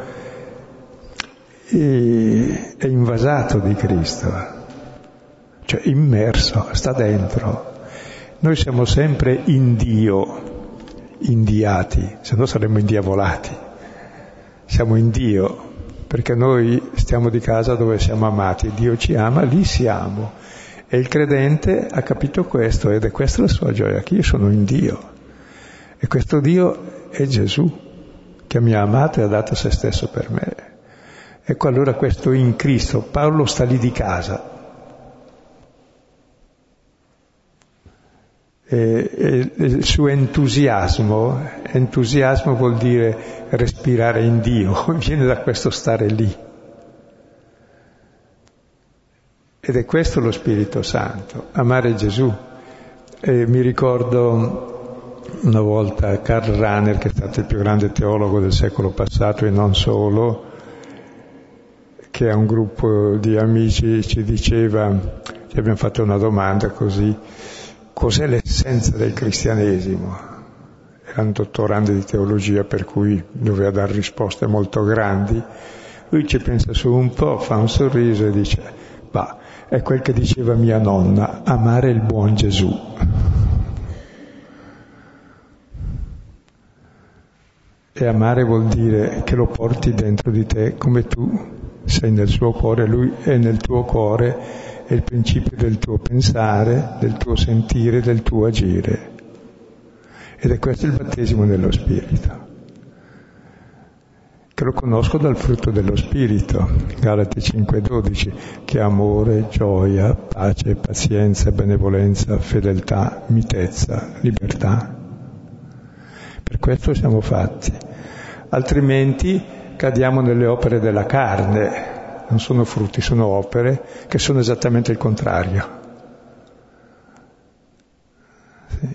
eh, è invasato di Cristo, cioè immerso, sta dentro. Noi siamo sempre in Dio, indiati, se no saremmo indiavolati. Siamo in Dio, perché noi stiamo di casa dove siamo amati, Dio ci ama, lì siamo. E il credente ha capito questo, ed è questa la sua gioia, che io sono in Dio. E questo Dio è Gesù, che mi ha amato e ha dato se stesso per me. Ecco allora questo in Cristo. Paolo sta lì di casa. E, e, e il suo entusiasmo, entusiasmo vuol dire respirare in Dio, viene da questo stare lì. Ed è questo lo Spirito Santo, amare Gesù. E mi ricordo una volta Karl Rahner, che è stato il più grande teologo del secolo passato e non solo, che a un gruppo di amici ci diceva, ci abbiamo fatto una domanda così: cos'è l'essenza del cristianesimo? Era un dottorando di teologia, per cui doveva dare risposte molto grandi. Lui ci pensa su un po', fa un sorriso e dice: bah, è quel che diceva mia nonna, amare il buon Gesù. E amare vuol dire che lo porti dentro di te, come tu sei nel suo cuore, lui è nel tuo cuore. È il principio del tuo pensare, del tuo sentire, del tuo agire. Ed è questo il battesimo nello Spirito, che lo conosco dal frutto dello Spirito, Galati cinque dodici, che è amore, gioia, pace, pazienza, benevolenza, fedeltà, mitezza, libertà. Per questo siamo fatti, altrimenti cadiamo nelle opere della carne. Non sono frutti, sono opere che sono esattamente il contrario. Sì.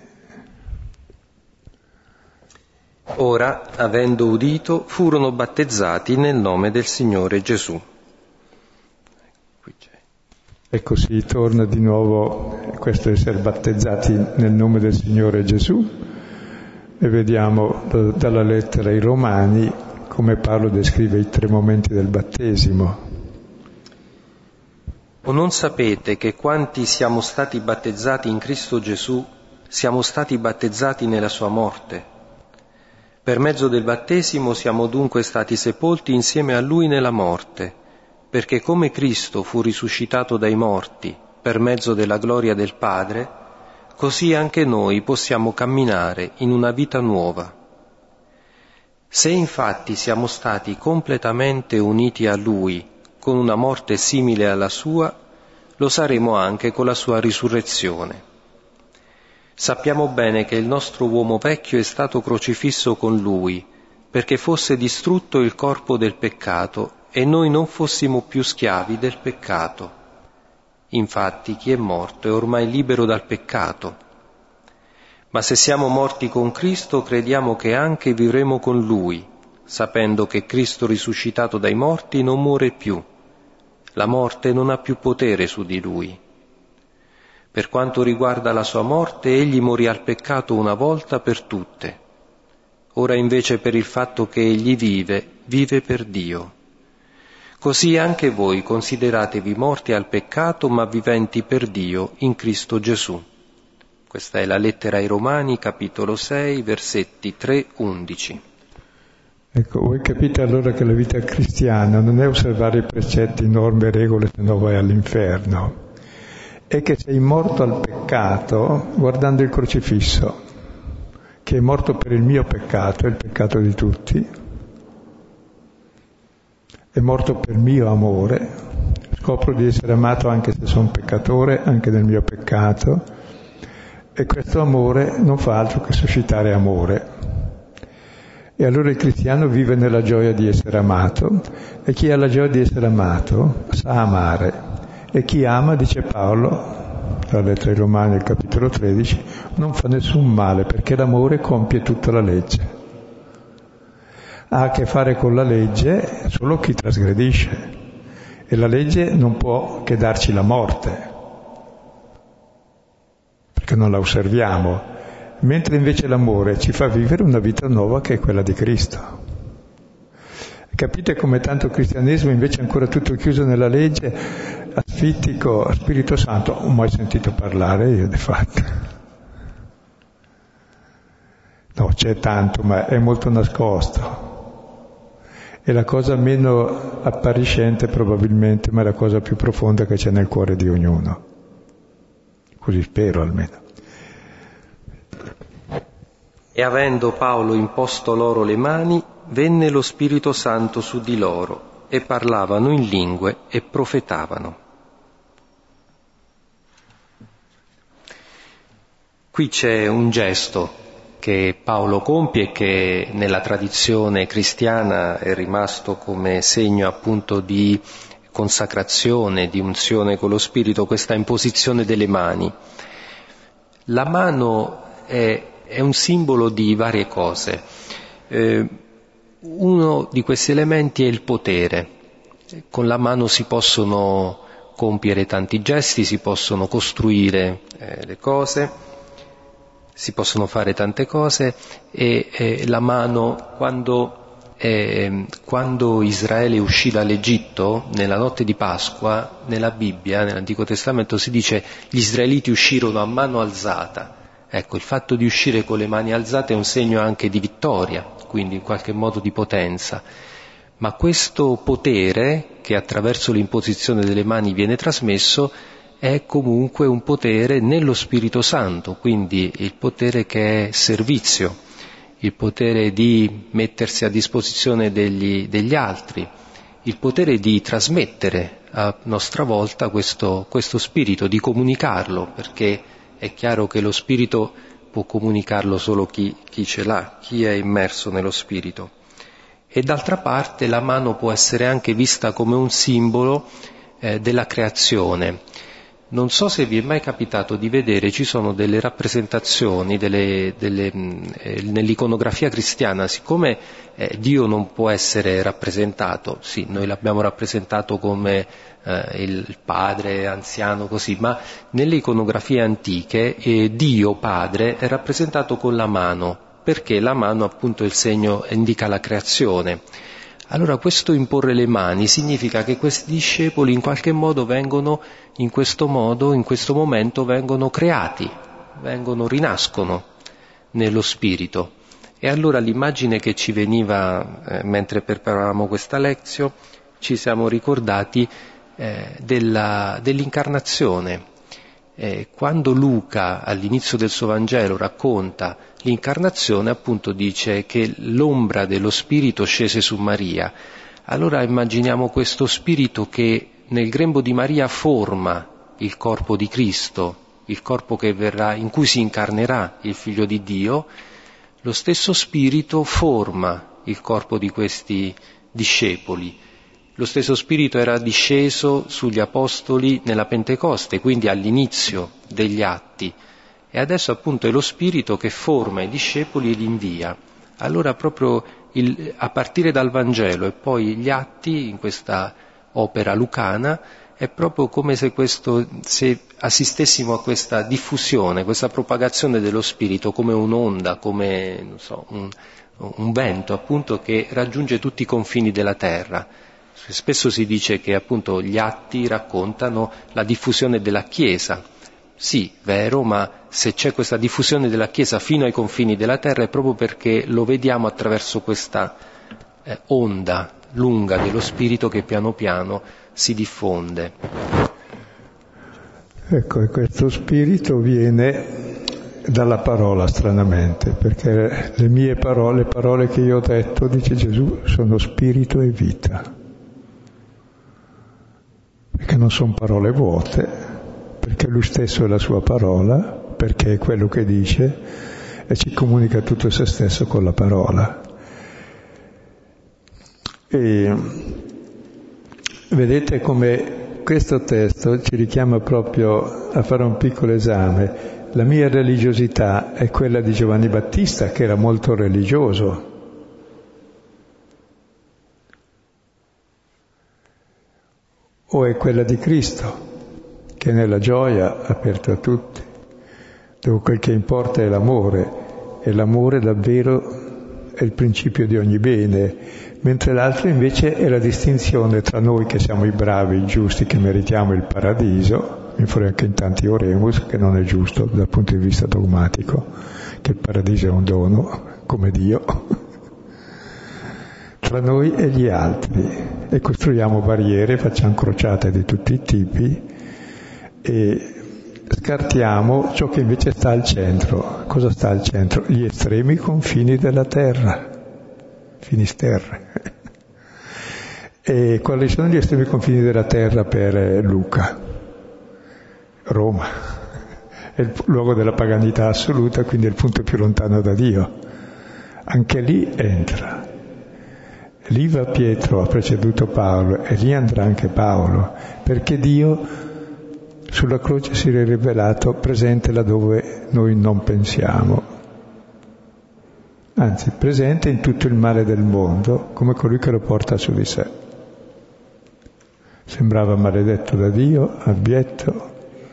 Ora, avendo udito, furono battezzati nel nome del Signore Gesù. Qui c'è. E così torna di nuovo questo essere battezzati nel nome del Signore Gesù, e vediamo dalla lettera ai Romani come Paolo descrive i tre momenti del battesimo. O non sapete che quanti siamo stati battezzati in Cristo Gesù, siamo stati battezzati nella sua morte? Per mezzo del battesimo siamo dunque stati sepolti insieme a Lui nella morte, perché come Cristo fu risuscitato dai morti per mezzo della gloria del Padre, così anche noi possiamo camminare in una vita nuova. Se infatti siamo stati completamente uniti a Lui, con una morte simile alla sua, lo saremo anche con la sua risurrezione. Sappiamo bene che il nostro uomo vecchio è stato crocifisso con Lui, perché fosse distrutto il corpo del peccato e noi non fossimo più schiavi del peccato. Infatti chi è morto è ormai libero dal peccato. Ma se siamo morti con Cristo, crediamo che anche vivremo con Lui, sapendo che Cristo risuscitato dai morti non muore più. La morte non ha più potere su di Lui. Per quanto riguarda la sua morte, Egli morì al peccato una volta per tutte. Ora invece per il fatto che Egli vive, vive per Dio. Così anche voi consideratevi morti al peccato, ma viventi per Dio in Cristo Gesù. Questa è la lettera ai Romani, capitolo sei, versetti tre undici. Ecco, voi capite allora che la vita cristiana non è osservare i precetti, norme e regole, se no vai all'inferno. È che sei morto al peccato guardando il crocifisso, che è morto per il mio peccato, è il peccato di tutti, è morto per mio amore, scopro di essere amato anche se sono peccatore, anche nel mio peccato, e questo amore non fa altro che suscitare amore. E allora il cristiano vive nella gioia di essere amato, e chi ha la gioia di essere amato sa amare. E chi ama, dice Paolo, la lettera ai Romani, al capitolo tredici, non fa nessun male, perché l'amore compie tutta la legge. ha a che fare con la legge solo chi trasgredisce, e la legge non può che darci la morte, perché non la osserviamo, mentre invece l'amore ci fa vivere una vita nuova che è quella di Cristo. Capite come tanto cristianesimo invece è ancora tutto chiuso nella legge, asfittico, Spirito Santo, non ho mai sentito parlare io di fatto. No, c'è tanto, ma è molto nascosto. È la cosa meno appariscente probabilmente, ma è la cosa più profonda che c'è nel cuore di ognuno. Così spero almeno. E avendo Paolo imposto loro le mani, venne lo Spirito Santo su di loro, e parlavano in lingue e profetavano. Qui c'è un gesto che Paolo compie e che nella tradizione cristiana è rimasto come segno appunto di consacrazione, di unzione con lo Spirito, questa imposizione delle mani. La mano è, è un simbolo di varie cose. Eh, uno di questi elementi è il potere. Con la mano si possono compiere tanti gesti, si possono costruire eh, le cose, si possono fare tante cose, e eh, la mano, quando, eh, quando Israele uscì dall'Egitto, nella notte di Pasqua, nella Bibbia, nell'Antico Testamento, si dice gli israeliti uscirono a mano alzata. Ecco, il fatto di uscire con le mani alzate è un segno anche di vittoria, quindi in qualche modo di potenza. Ma questo potere, che attraverso l'imposizione delle mani viene trasmesso, è comunque un potere nello Spirito Santo, quindi il potere che è servizio, il potere di mettersi a disposizione degli, degli altri, il potere di trasmettere a nostra volta questo, questo spirito, di comunicarlo, perché è chiaro che lo spirito può comunicarlo solo chi, chi ce l'ha, chi è immerso nello spirito. E d'altra parte la mano può essere anche vista come un simbolo eh, della creazione. Non so se vi è mai capitato di vedere, ci sono delle rappresentazioni delle, delle, eh, nell'iconografia cristiana, siccome eh, Dio non può essere rappresentato, sì, noi l'abbiamo rappresentato come eh, il Padre anziano così, ma nelle iconografie antiche eh, Dio Padre è rappresentato con la mano, perché la mano appunto è il segno, indica la creazione. Allora questo imporre le mani significa che questi discepoli in qualche modo vengono, in questo modo, in questo momento vengono creati, vengono, rinascono nello spirito. E allora l'immagine che ci veniva eh, mentre preparavamo questa lezione, ci siamo ricordati eh, della, dell'incarnazione. Eh, quando Luca all'inizio del suo Vangelo racconta l'incarnazione, appunto dice che l'ombra dello Spirito scese su Maria. Allora immaginiamo questo Spirito che nel grembo di Maria forma il corpo di Cristo, il corpo che verrà, in cui si incarnerà il Figlio di Dio. Lo stesso Spirito forma il corpo di questi discepoli. Lo stesso Spirito era disceso sugli Apostoli nella Pentecoste, quindi all'inizio degli Atti, e adesso appunto è lo Spirito che forma i discepoli e li invia. Allora proprio il, a partire dal Vangelo e poi gli Atti, in questa opera lucana, è proprio come se, questo, se assistessimo a questa diffusione, questa propagazione dello Spirito come un'onda, come non so, un, un vento appunto che raggiunge tutti i confini della terra. Spesso si dice che appunto gli atti raccontano la diffusione della Chiesa. Sì, vero, ma se c'è questa diffusione della Chiesa fino ai confini della terra è proprio perché lo vediamo attraverso questa eh, onda lunga dello Spirito che piano piano si diffonde. Ecco, e questo Spirito viene dalla parola, stranamente, perché le mie parole, le parole che io ho detto, dice Gesù, sono Spirito e vita. Perché non sono parole vuote, perché lui stesso è la sua parola, perché è quello che dice e ci comunica tutto se stesso con la parola. E vedete come questo testo ci richiama proprio a fare un piccolo esame. La mia religiosità è quella di Giovanni Battista, che era molto religioso, è quella di Cristo, che è nella gioia aperta a tutti, dove quel che importa è l'amore, e l'amore davvero è il principio di ogni bene, mentre l'altro invece è la distinzione tra noi che siamo i bravi, i giusti, che meritiamo il paradiso, in fuori anche in tanti oremus, che non è giusto dal punto di vista dogmatico, che il paradiso è un dono, come Dio, tra noi e gli altri, e costruiamo barriere, facciamo crociate di tutti i tipi e scartiamo ciò che invece sta al centro. Cosa sta al centro? Gli estremi confini della terra, Finisterre. E quali sono gli estremi confini della terra per Luca? Roma. È il luogo della paganità assoluta, quindi è il punto più lontano da Dio. Anche lì entra. Lì va Pietro, ha preceduto Paolo, e lì andrà anche Paolo, perché Dio sulla croce si è rivelato presente laddove noi non pensiamo, anzi presente in tutto il male del mondo, come colui che lo porta su di sé. Sembrava maledetto da Dio, abietto,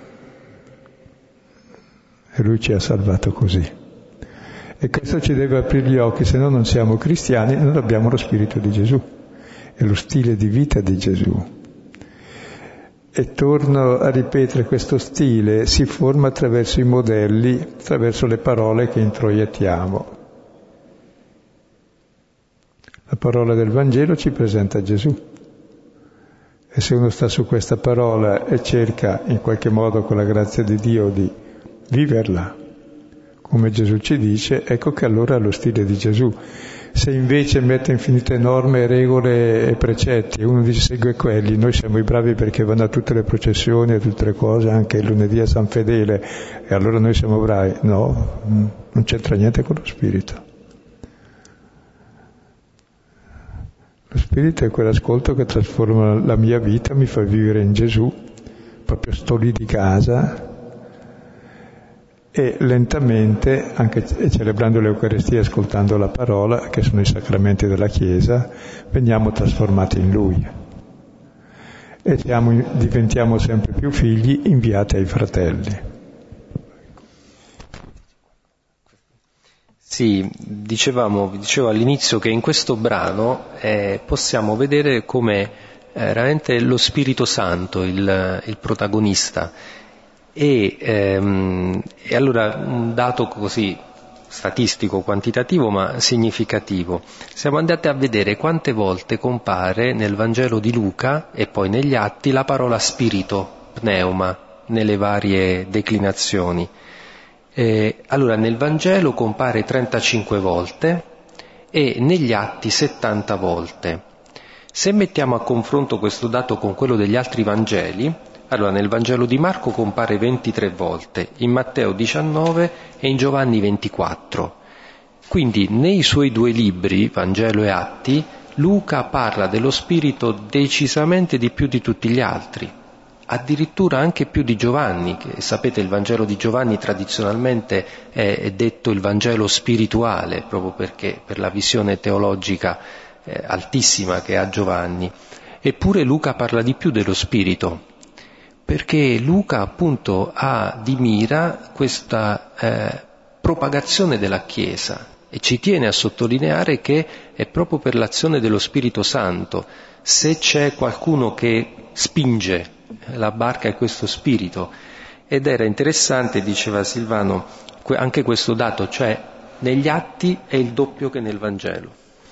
e lui ci ha salvato così. E questo ci deve aprire gli occhi, se no non siamo cristiani, non abbiamo lo spirito di Gesù, è lo stile di vita di Gesù. E torno a ripetere, questo stile si forma attraverso i modelli, attraverso le parole che introiettiamo. La parola del Vangelo ci presenta Gesù. E se uno sta su questa parola e cerca in qualche modo con la grazia di Dio di viverla, come Gesù ci dice, ecco che allora è lo stile di Gesù. Se invece mette infinite norme, regole e precetti e uno dice segue quelli, noi siamo i bravi perché vanno a tutte le processioni, a tutte le cose, anche il lunedì a San Fedele, e allora noi siamo bravi. No, non c'entra niente con lo spirito. Lo spirito è quell'ascolto che trasforma la mia vita, mi fa vivere in Gesù, proprio sto lì di casa, e lentamente, anche celebrando l'Eucaristia e ascoltando la parola, che sono i sacramenti della Chiesa, veniamo trasformati in Lui. E siamo, diventiamo sempre più figli inviati ai fratelli. Sì, dicevamo, vi dicevo all'inizio che in questo brano eh, possiamo vedere come eh, veramente lo Spirito Santo, il, il protagonista. E, ehm, e allora un dato così statistico, quantitativo, ma significativo. Siamo andati a vedere quante volte compare nel Vangelo di Luca e poi negli Atti la parola spirito, pneuma, nelle varie declinazioni. Eh, allora nel Vangelo compare trentacinque volte e negli Atti settanta volte. Se mettiamo a confronto questo dato con quello degli altri Vangeli, allora nel Vangelo di Marco compare ventitré volte, in Matteo diciannove e in Giovanni ventiquattro. Quindi nei suoi due libri, Vangelo e Atti, Luca parla dello Spirito decisamente di più di tutti gli altri, addirittura anche più di Giovanni, che sapete il Vangelo di Giovanni tradizionalmente è, è detto il Vangelo spirituale, proprio perché per la visione teologica eh, altissima che ha Giovanni. Eppure Luca parla di più dello Spirito, perché Luca appunto ha di mira questa eh, propagazione della Chiesa e ci tiene a sottolineare che è proprio per l'azione dello Spirito Santo. Se c'è qualcuno che spinge la barca è questo Spirito. Ed era interessante, diceva Silvano, anche questo dato, cioè negli Atti è il doppio che nel Vangelo.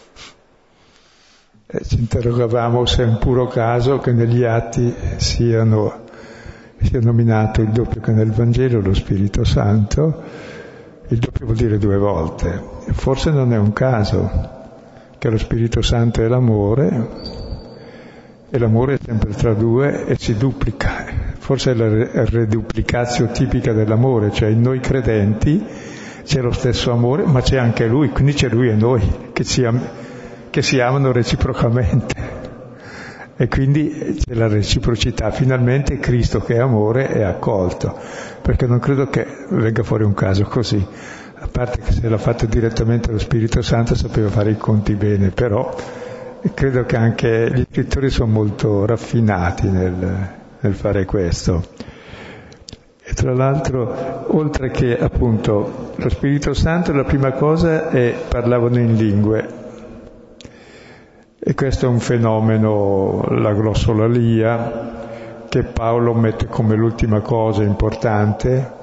Eh, ci interrogavamo se è un puro caso che negli Atti siano sia nominato il doppio che nel Vangelo, lo Spirito Santo. Il doppio vuol dire due volte. Forse non è un caso che lo Spirito Santo è l'amore, e l'amore è sempre tra due e si duplica. Forse è la reduplicatio tipica dell'amore, cioè in noi credenti c'è lo stesso amore, ma c'è anche Lui, quindi c'è Lui e noi, che, ci am- che si amano reciprocamente. E quindi c'è la reciprocità, finalmente Cristo che è amore è accolto, perché non credo che venga fuori un caso così, a parte che se l'ha fatto direttamente lo Spirito Santo sapeva fare i conti bene, però e credo che anche gli scrittori sono molto raffinati nel, nel fare questo. E tra l'altro, oltre che appunto lo Spirito Santo, la prima cosa è parlavano in lingue. E questo è un fenomeno, la glossolalia, che Paolo mette come l'ultima cosa importante.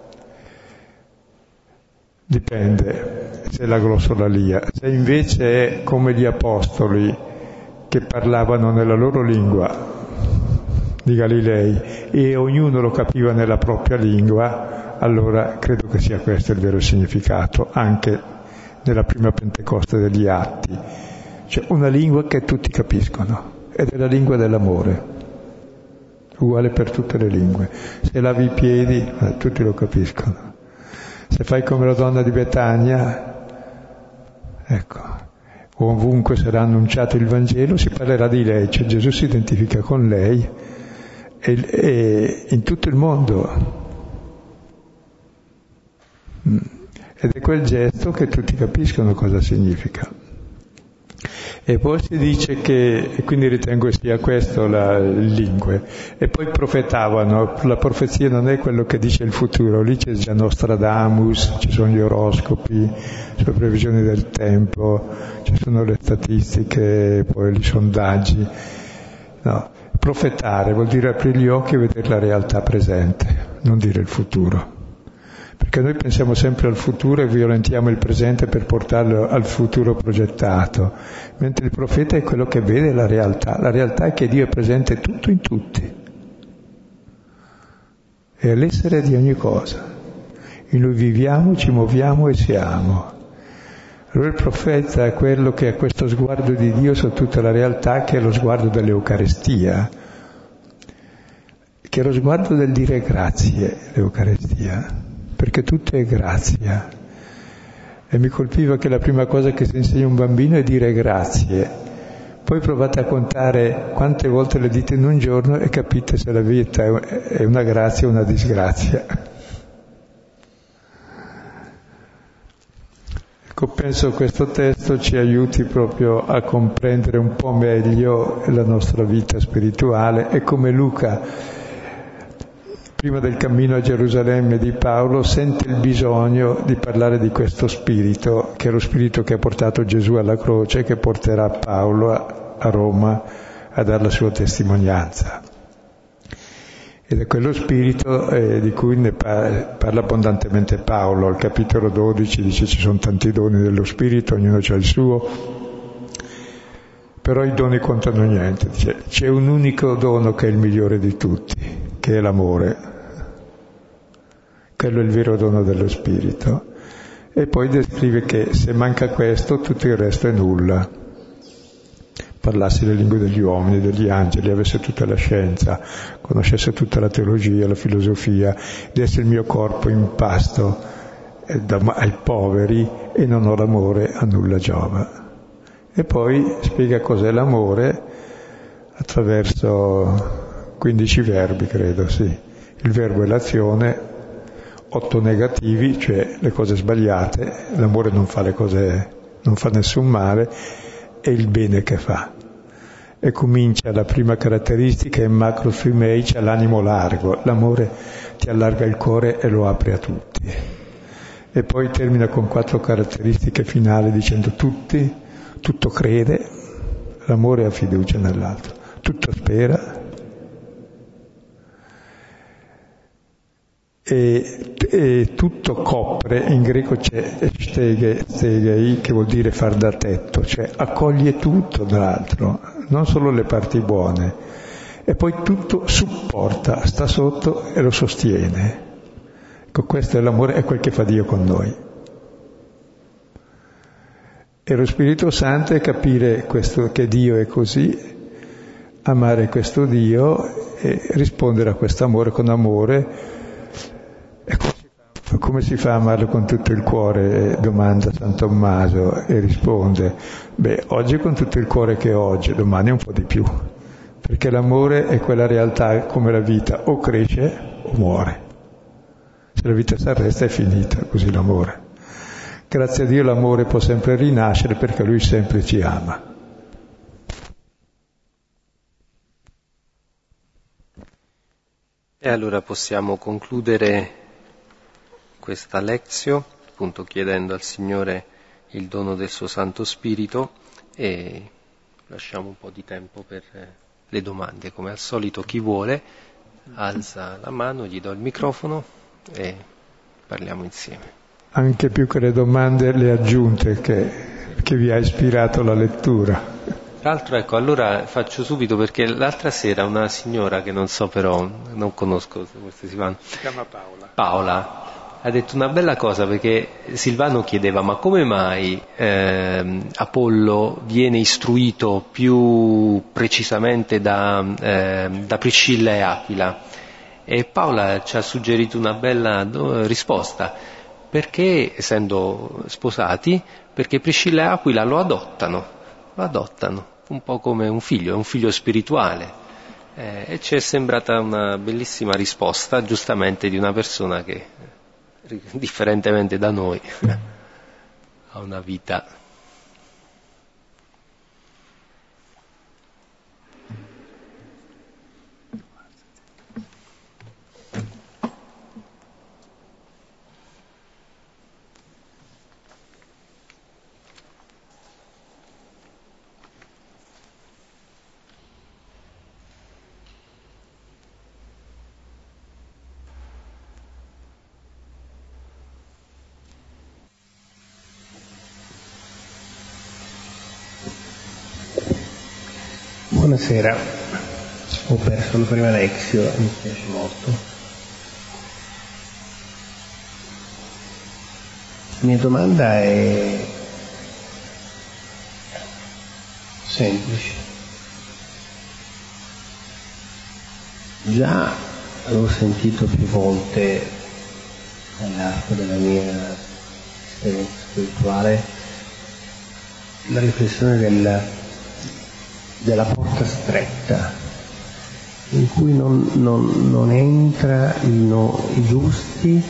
Dipende se è la glossolalia. Se invece è come gli apostoli che parlavano nella loro lingua di Galilei e ognuno lo capiva nella propria lingua, allora credo che sia questo il vero significato, anche nella prima Pentecoste degli Atti. Cioè una lingua che tutti capiscono, ed è la lingua dell'amore, uguale per tutte le lingue. Se lavi i piedi, eh, tutti lo capiscono. Se fai come la donna di Betania, ecco, ovunque sarà annunciato il Vangelo si parlerà di lei, cioè Gesù si identifica con lei e, e in tutto il mondo. Ed è quel gesto che tutti capiscono cosa significa. E poi si dice che, e quindi ritengo sia questo la lingue, e poi profetavano. La profezia non è quello che dice il futuro, lì c'è già Nostradamus, ci sono gli oroscopi, le previsioni del tempo, ci sono le statistiche, poi gli sondaggi. No, profetare vuol dire aprire gli occhi e vedere la realtà presente, non dire il futuro. Perché noi pensiamo sempre al futuro e violentiamo il presente per portarlo al futuro progettato, mentre il profeta è quello che vede la realtà. La realtà è che Dio è presente tutto in tutti, è l'essere di ogni cosa. In Lui viviamo, ci muoviamo e siamo. Allora il profeta è quello che ha questo sguardo di Dio su tutta la realtà, che è lo sguardo dell'Eucarestia, che è lo sguardo del dire grazie, l'Eucarestia. Perché tutto è grazia. E mi colpiva che la prima cosa che si insegna a un bambino è dire grazie. Poi provate a contare quante volte le dite in un giorno e capite se la vita è una grazia o una disgrazia. Ecco, penso questo testo ci aiuti proprio a comprendere un po' meglio la nostra vita spirituale e come Luca, prima del cammino a Gerusalemme di Paolo, sente il bisogno di parlare di questo spirito, che è lo spirito che ha portato Gesù alla croce e che porterà Paolo a, a Roma a dare la sua testimonianza. Ed è quello spirito eh, di cui ne par- parla abbondantemente Paolo. Al capitolo dodici dice ci sono tanti doni dello spirito, ognuno ha il suo, però i doni contano niente. Dice, c'è un unico dono che è il migliore di tutti, che è l'amore. Quello è il vero dono dello Spirito. E poi descrive che se manca questo, tutto il resto è nulla. Parlassi le lingue degli uomini, degli angeli, avesse tutta la scienza, conoscesse tutta la teologia, la filosofia, desse il mio corpo in pasto ai poveri e non ho l'amore, a nulla giova. E poi spiega cos'è l'amore attraverso quindici verbi, credo, sì. Il verbo è l'azione, otto negativi, cioè le cose sbagliate, l'amore non fa le cose, non fa nessun male, e il bene che fa. E comincia, la prima caratteristica è macro sui mei, c'è l'animo largo, l'amore ti allarga il cuore e lo apre a tutti. E poi termina con quattro caratteristiche finali dicendo tutti, tutto crede, l'amore ha fiducia nell'altro, tutto spera, E, e tutto copre, in greco c'è stege, stegei, che vuol dire far da tetto, cioè accoglie tutto dall'altro, non solo le parti buone, e poi tutto supporta, sta sotto e lo sostiene. Ecco, questo è l'amore, è quel che fa Dio con noi. E lo Spirito Santo è capire questo, che Dio è così, amare questo Dio e rispondere a questo amore con amore. E come si fa a amarlo con tutto il cuore? Domanda San Tommaso e risponde, beh, oggi con tutto il cuore che ho oggi, domani un po' di più, perché l'amore è quella realtà come la vita, o cresce o muore. Se la vita si arresta è finita, così l'amore. Grazie a Dio l'amore può sempre rinascere perché Lui sempre ci ama. E allora possiamo concludere questa lezio, appunto chiedendo al Signore il dono del suo Santo Spirito, e lasciamo un po' di tempo per le domande. Come al solito, chi vuole alza la mano, gli do il microfono e parliamo insieme. Anche più che le domande, le aggiunte che, che vi ha ispirato la lettura. Tra l'altro, ecco, allora faccio subito, perché l'altra sera una signora che non so però, non conosco queste si vanno, Si chiama Paola. Paola ha detto una bella cosa, perché Silvano chiedeva: ma come mai eh, Apollo viene istruito più precisamente da, eh, da Priscilla e Aquila? E Paola ci ha suggerito una bella do, risposta, perché essendo sposati, perché Priscilla e Aquila lo adottano, lo adottano, un po' come un figlio, è un figlio spirituale. Eh, e ci è sembrata una bellissima risposta, giustamente, di una persona che, differentemente da noi, ha una vita. Buonasera, ho perso la prima lezio, mi piace molto. La mia domanda è semplice. Già l'ho sentito più volte nell'arco della mia esperienza spirituale la riflessione della della porta stretta, in cui non, non, non entra il no, i giusti,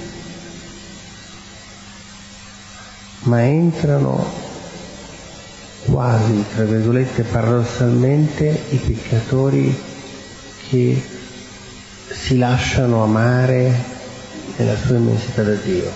ma entrano quasi, tra virgolette, paradossalmente, i peccatori che si lasciano amare nella sua immensità da Dio.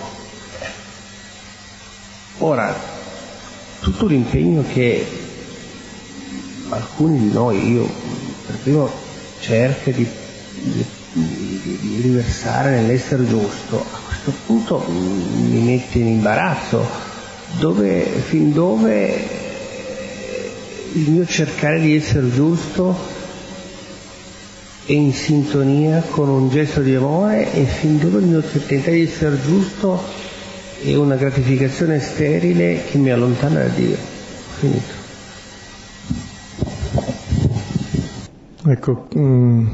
Ora, tutto l'impegno che alcuni di noi, io per primo, cerca di, di, di, di riversare nell'essere giusto, a questo punto mi mette in imbarazzo, dove, fin dove il mio cercare di essere giusto è in sintonia con un gesto di amore, e fin dove il mio tentare di essere giusto è una gratificazione sterile che mi allontana da Dio. Finito. Ecco, mm,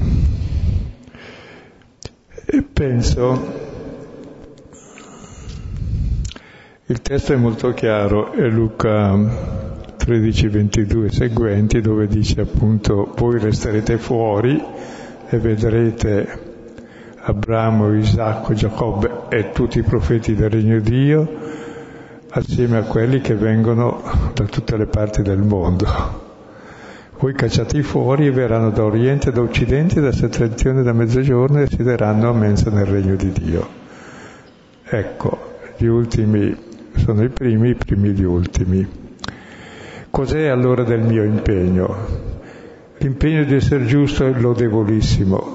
penso, il testo è molto chiaro, è Luca tredici ventidue e seguenti, dove dice appunto: voi resterete fuori e vedrete Abramo, Isacco, Giacobbe e tutti i profeti del regno di Dio assieme a quelli che vengono da tutte le parti del mondo. Voi cacciati fuori e verranno da oriente e da occidente, da settentrione e da mezzogiorno, e siederanno a mensa nel regno di Dio. Ecco, gli ultimi sono i primi, i primi gli ultimi. Cos'è allora del mio impegno? L'impegno di essere giusto è lodevolissimo.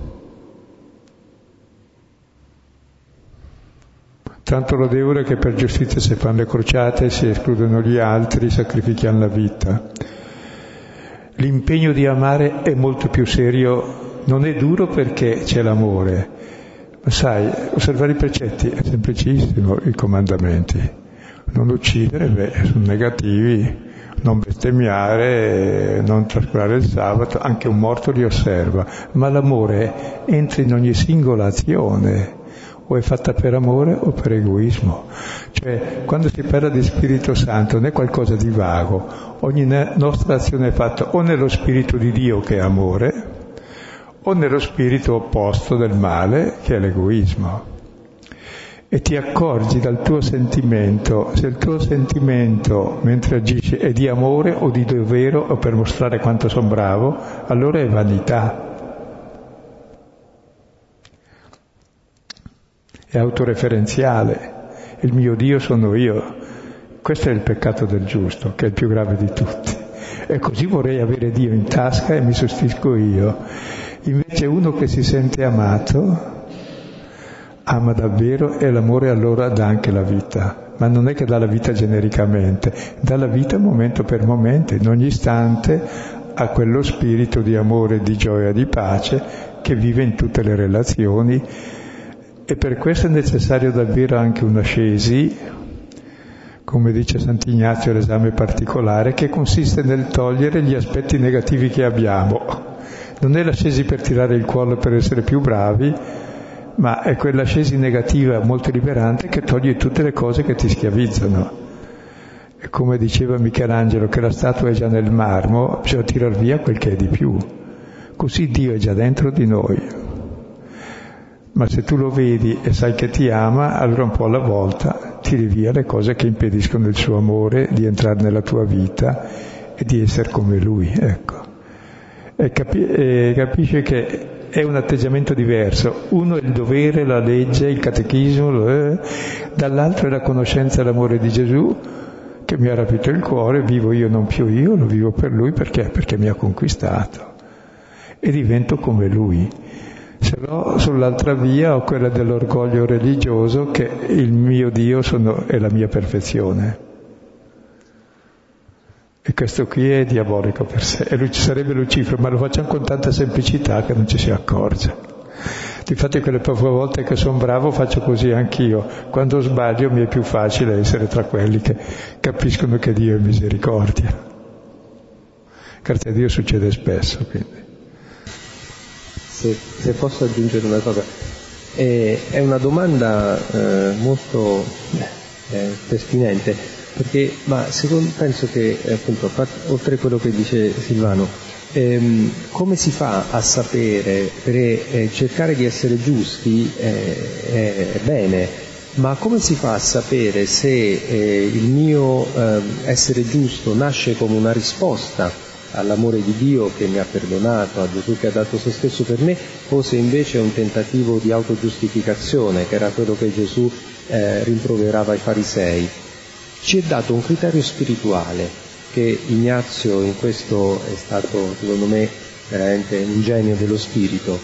Tanto lodevole che per giustizia si fanno le crociate, si escludono gli altri, sacrificano la vita. L'impegno di amare è molto più serio, non è duro perché c'è l'amore, ma sai, osservare i precetti è semplicissimo, i comandamenti. Non uccidere, beh, sono negativi, non bestemmiare, non trascurare il sabato, anche un morto li osserva, ma l'amore entra in ogni singola azione, o è fatta per amore o per egoismo. Cioè, quando si parla di Spirito Santo non è qualcosa di vago, ogni nostra azione è fatta o nello Spirito di Dio, che è amore, o nello spirito opposto del male, che è l'egoismo. E ti accorgi dal tuo sentimento, se il tuo sentimento mentre agisci è di amore o di dovere o per mostrare quanto sono bravo, allora è vanità. è autoreferenziale. Il mio Dio sono io. Questo è il peccato del giusto, che è il più grave di tutti. E così vorrei avere Dio in tasca e mi sostituisco io. Invece uno che si sente amato ama davvero, e l'amore allora dà anche la vita. Ma non è che dà la vita genericamente, dà la vita momento per momento, in ogni istante a quello spirito di amore, di gioia, di pace che vive in tutte le relazioni. E per questo è necessario davvero anche un'ascesi, come dice Sant'Ignazio all'esame particolare, che consiste nel togliere gli aspetti negativi che abbiamo. Non è l'ascesi per tirare il collo per essere più bravi, ma è quell'ascesi negativa molto liberante che toglie tutte le cose che ti schiavizzano. E come diceva Michelangelo, che la statua è già nel marmo, bisogna tirar via quel che è di più. Così Dio è già dentro di noi. Ma se tu lo vedi e sai che ti ama, allora un po' alla volta tiri via le cose che impediscono il suo amore di entrare nella tua vita e di essere come Lui, ecco. E, capi- e capisce che è un atteggiamento diverso. Uno è il dovere, la legge, il catechismo, eh, dall'altro è la conoscenza e l'amore di Gesù, che mi ha rapito il cuore, vivo io, non più io, lo vivo per Lui, perché? Perché mi ha conquistato. E divento come Lui. Se no, sull'altra via ho quella dell'orgoglio religioso, che il mio Dio sono, è la mia perfezione. E questo qui è diabolico per sé. E lui ci sarebbe Lucifero, ma lo facciamo con tanta semplicità che non ci si accorge. Difatti quelle poche volte che sono bravo faccio così anch'io. Quando sbaglio mi è più facile essere tra quelli che capiscono che Dio è misericordia. Grazie a Dio succede spesso, quindi. Se, se posso aggiungere una cosa, eh, è una domanda eh, molto eh, pertinente, perché ma secondo, penso che appunto, oltre a quello che dice Silvano, ehm, come si fa a sapere, per eh, cercare di essere giusti eh, è bene, ma come si fa a sapere se eh, il mio eh, essere giusto nasce come una risposta all'amore di Dio che mi ha perdonato, a Gesù che ha dato se stesso per me, o se invece è un tentativo di autogiustificazione, che era quello che Gesù eh, rimproverava ai farisei. Ci è dato un criterio spirituale, che Ignazio in questo è stato, secondo me, veramente un genio dello spirito.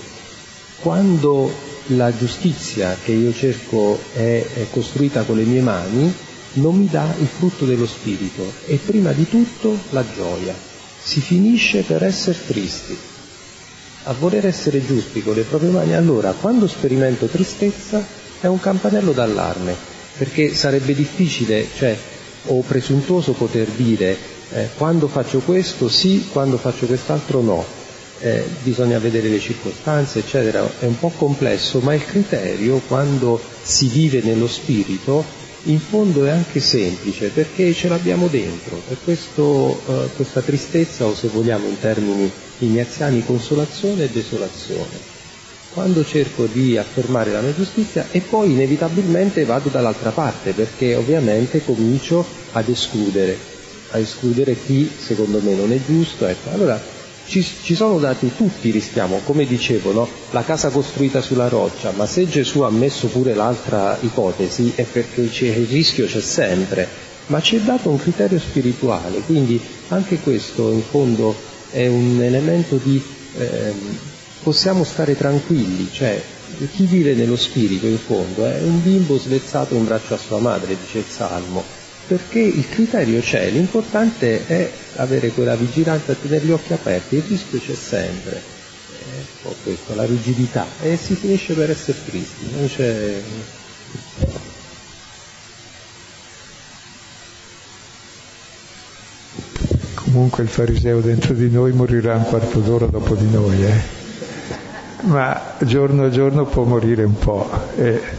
Quando la giustizia che io cerco è, è costruita con le mie mani, non mi dà il frutto dello spirito, e prima di tutto la gioia. Si finisce per essere tristi, a voler essere giusti con le proprie mani. Allora, quando sperimento tristezza, è un campanello d'allarme, perché sarebbe difficile, cioè, o presuntuoso poter dire eh, quando faccio questo sì, quando faccio quest'altro no. Eh, bisogna vedere le circostanze, eccetera. È un po' complesso, ma il criterio, quando si vive nello spirito, in fondo è anche semplice, perché ce l'abbiamo dentro. E questo, eh, questa tristezza, o se vogliamo in termini ignaziani, consolazione e desolazione. Quando cerco di affermare la mia giustizia, e poi inevitabilmente vado dall'altra parte, perché ovviamente comincio ad escludere, a escludere chi secondo me non è giusto. Ecco, allora ci, ci sono dati, tutti rischiamo, come dicevo, no? La casa costruita sulla roccia, ma se Gesù ha messo pure l'altra ipotesi è perché c'è, il rischio c'è sempre, ma ci è dato un criterio spirituale, quindi anche questo in fondo è un elemento di eh, possiamo stare tranquilli, cioè chi vive nello spirito in fondo è un bimbo svezzato in braccio a sua madre, dice il Salmo, perché il criterio c'è, l'importante è avere quella vigilanza, tenere gli occhi aperti, il rischio c'è sempre, è un po' questo, la rigidità, e si finisce per essere tristi, non c'è... Comunque il fariseo dentro di noi morirà un quarto d'ora dopo di noi, eh? Ma giorno a giorno può morire un po'. Eh.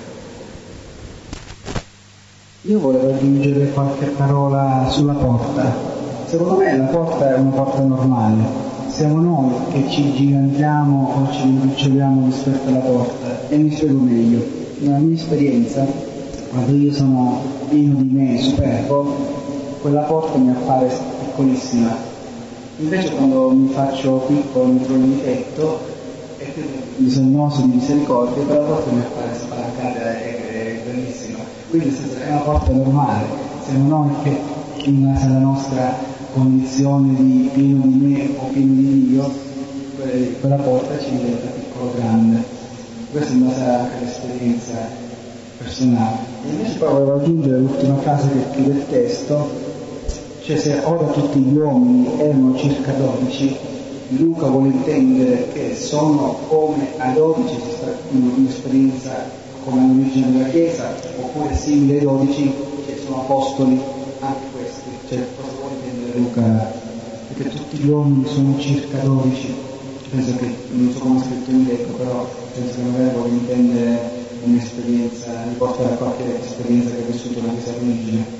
Io volevo aggiungere qualche parola sulla porta. Secondo me la porta è una porta normale. Siamo noi che ci gigantiamo o ci rimpiccioliamo rispetto alla porta. E mi spiego meglio. Nella mia esperienza, quando io sono pieno di me, superbo, quella porta mi appare piccolissima. Invece quando mi faccio piccolo, mi trovo in difetto, e bisognoso di misericordia, quella porta mi appare spalancata e grandissima. Quindi è una porta normale, siamo noi che in base alla nostra condizione di pieno di me o pieno di Dio, quella porta ci diventa piccolo o grande. Questo in base anche all'esperienza personale. E invece poi volevo aggiungere l'ultima frase che chiude il testo, cioè se ora tutti gli uomini erano circa dodici, Luca vuole intendere che sono come a dodici, un'esperienza come all'origine della Chiesa, oppure simile ai dodici, che sono apostoli anche questi. Cioè cosa vuole intendere Luca? Perché tutti gli uomini sono circa dodici, penso che, non so come è scritto in greco, però penso che magari vuole intendere un'esperienza, riportare a qualche esperienza che ha vissuto la Chiesa all'origine.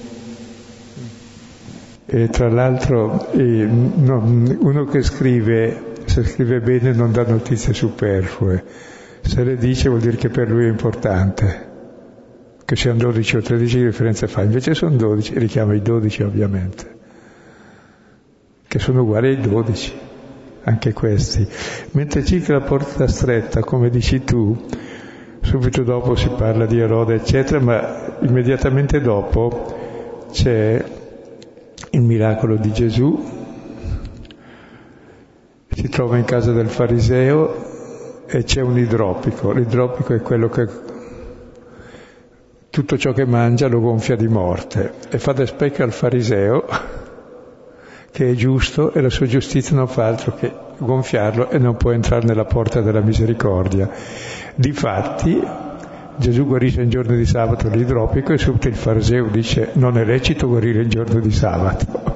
E tra l'altro eh, no, uno che scrive, se scrive bene non dà notizie superflue, se le dice vuol dire che per lui è importante, che siano dodici o tredici che differenza fa, invece sono dodici, richiama i dodici ovviamente, che sono uguali ai dodici, anche questi. Mentre circa la porta stretta, come dici tu, subito dopo si parla di Erode eccetera, ma immediatamente dopo c'è il miracolo di Gesù, si trova in casa del fariseo e c'è un idropico. L'idropico è quello che tutto ciò che mangia lo gonfia di morte e fa da specchio al fariseo che è giusto e la sua giustizia non fa altro che gonfiarlo e non può entrare nella porta della misericordia. Difatti Gesù guarisce il giorno di sabato l'idropico e subito il fariseo dice non è lecito guarire il giorno di sabato.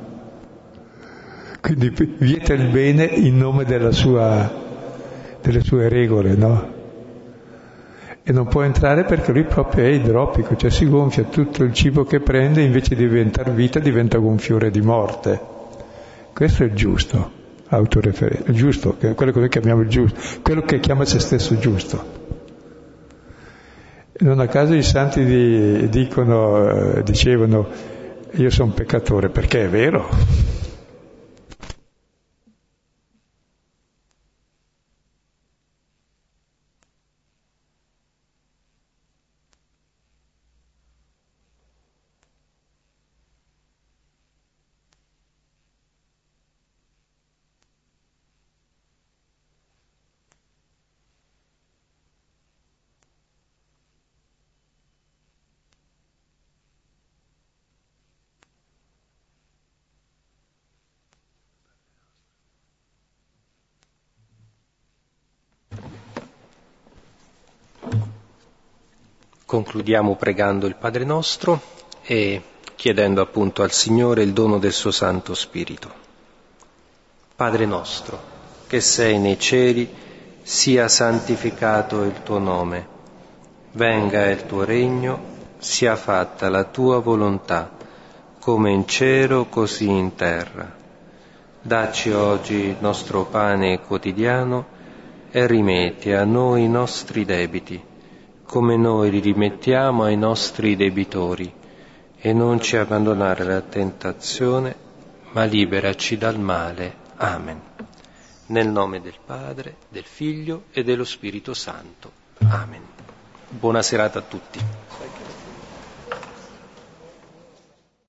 Quindi vieta il bene in nome della sua, delle sue regole, no? E non può entrare perché lui proprio è idropico, cioè si gonfia tutto il cibo che prende, invece di diventare vita diventa gonfiore di morte. Questo è il giusto, autoreferente, il giusto, quello che noi chiamiamo il giusto, quello che chiama se stesso giusto. Non a caso i santi di, dicono, dicevano io sono peccatore, perché è vero. Concludiamo pregando il Padre nostro e chiedendo appunto al Signore il dono del suo Santo Spirito. Padre nostro, che sei nei cieli, sia santificato il tuo nome, venga il tuo regno, sia fatta la tua volontà, come in cielo così in terra. Dacci oggi il nostro pane quotidiano e rimetti a noi i nostri debiti, come noi li rimettiamo ai nostri debitori, e non ci abbandonare alla tentazione, ma liberaci dal male. Amen. Nel nome del Padre, del Figlio e dello Spirito Santo. Amen. Buona serata a tutti.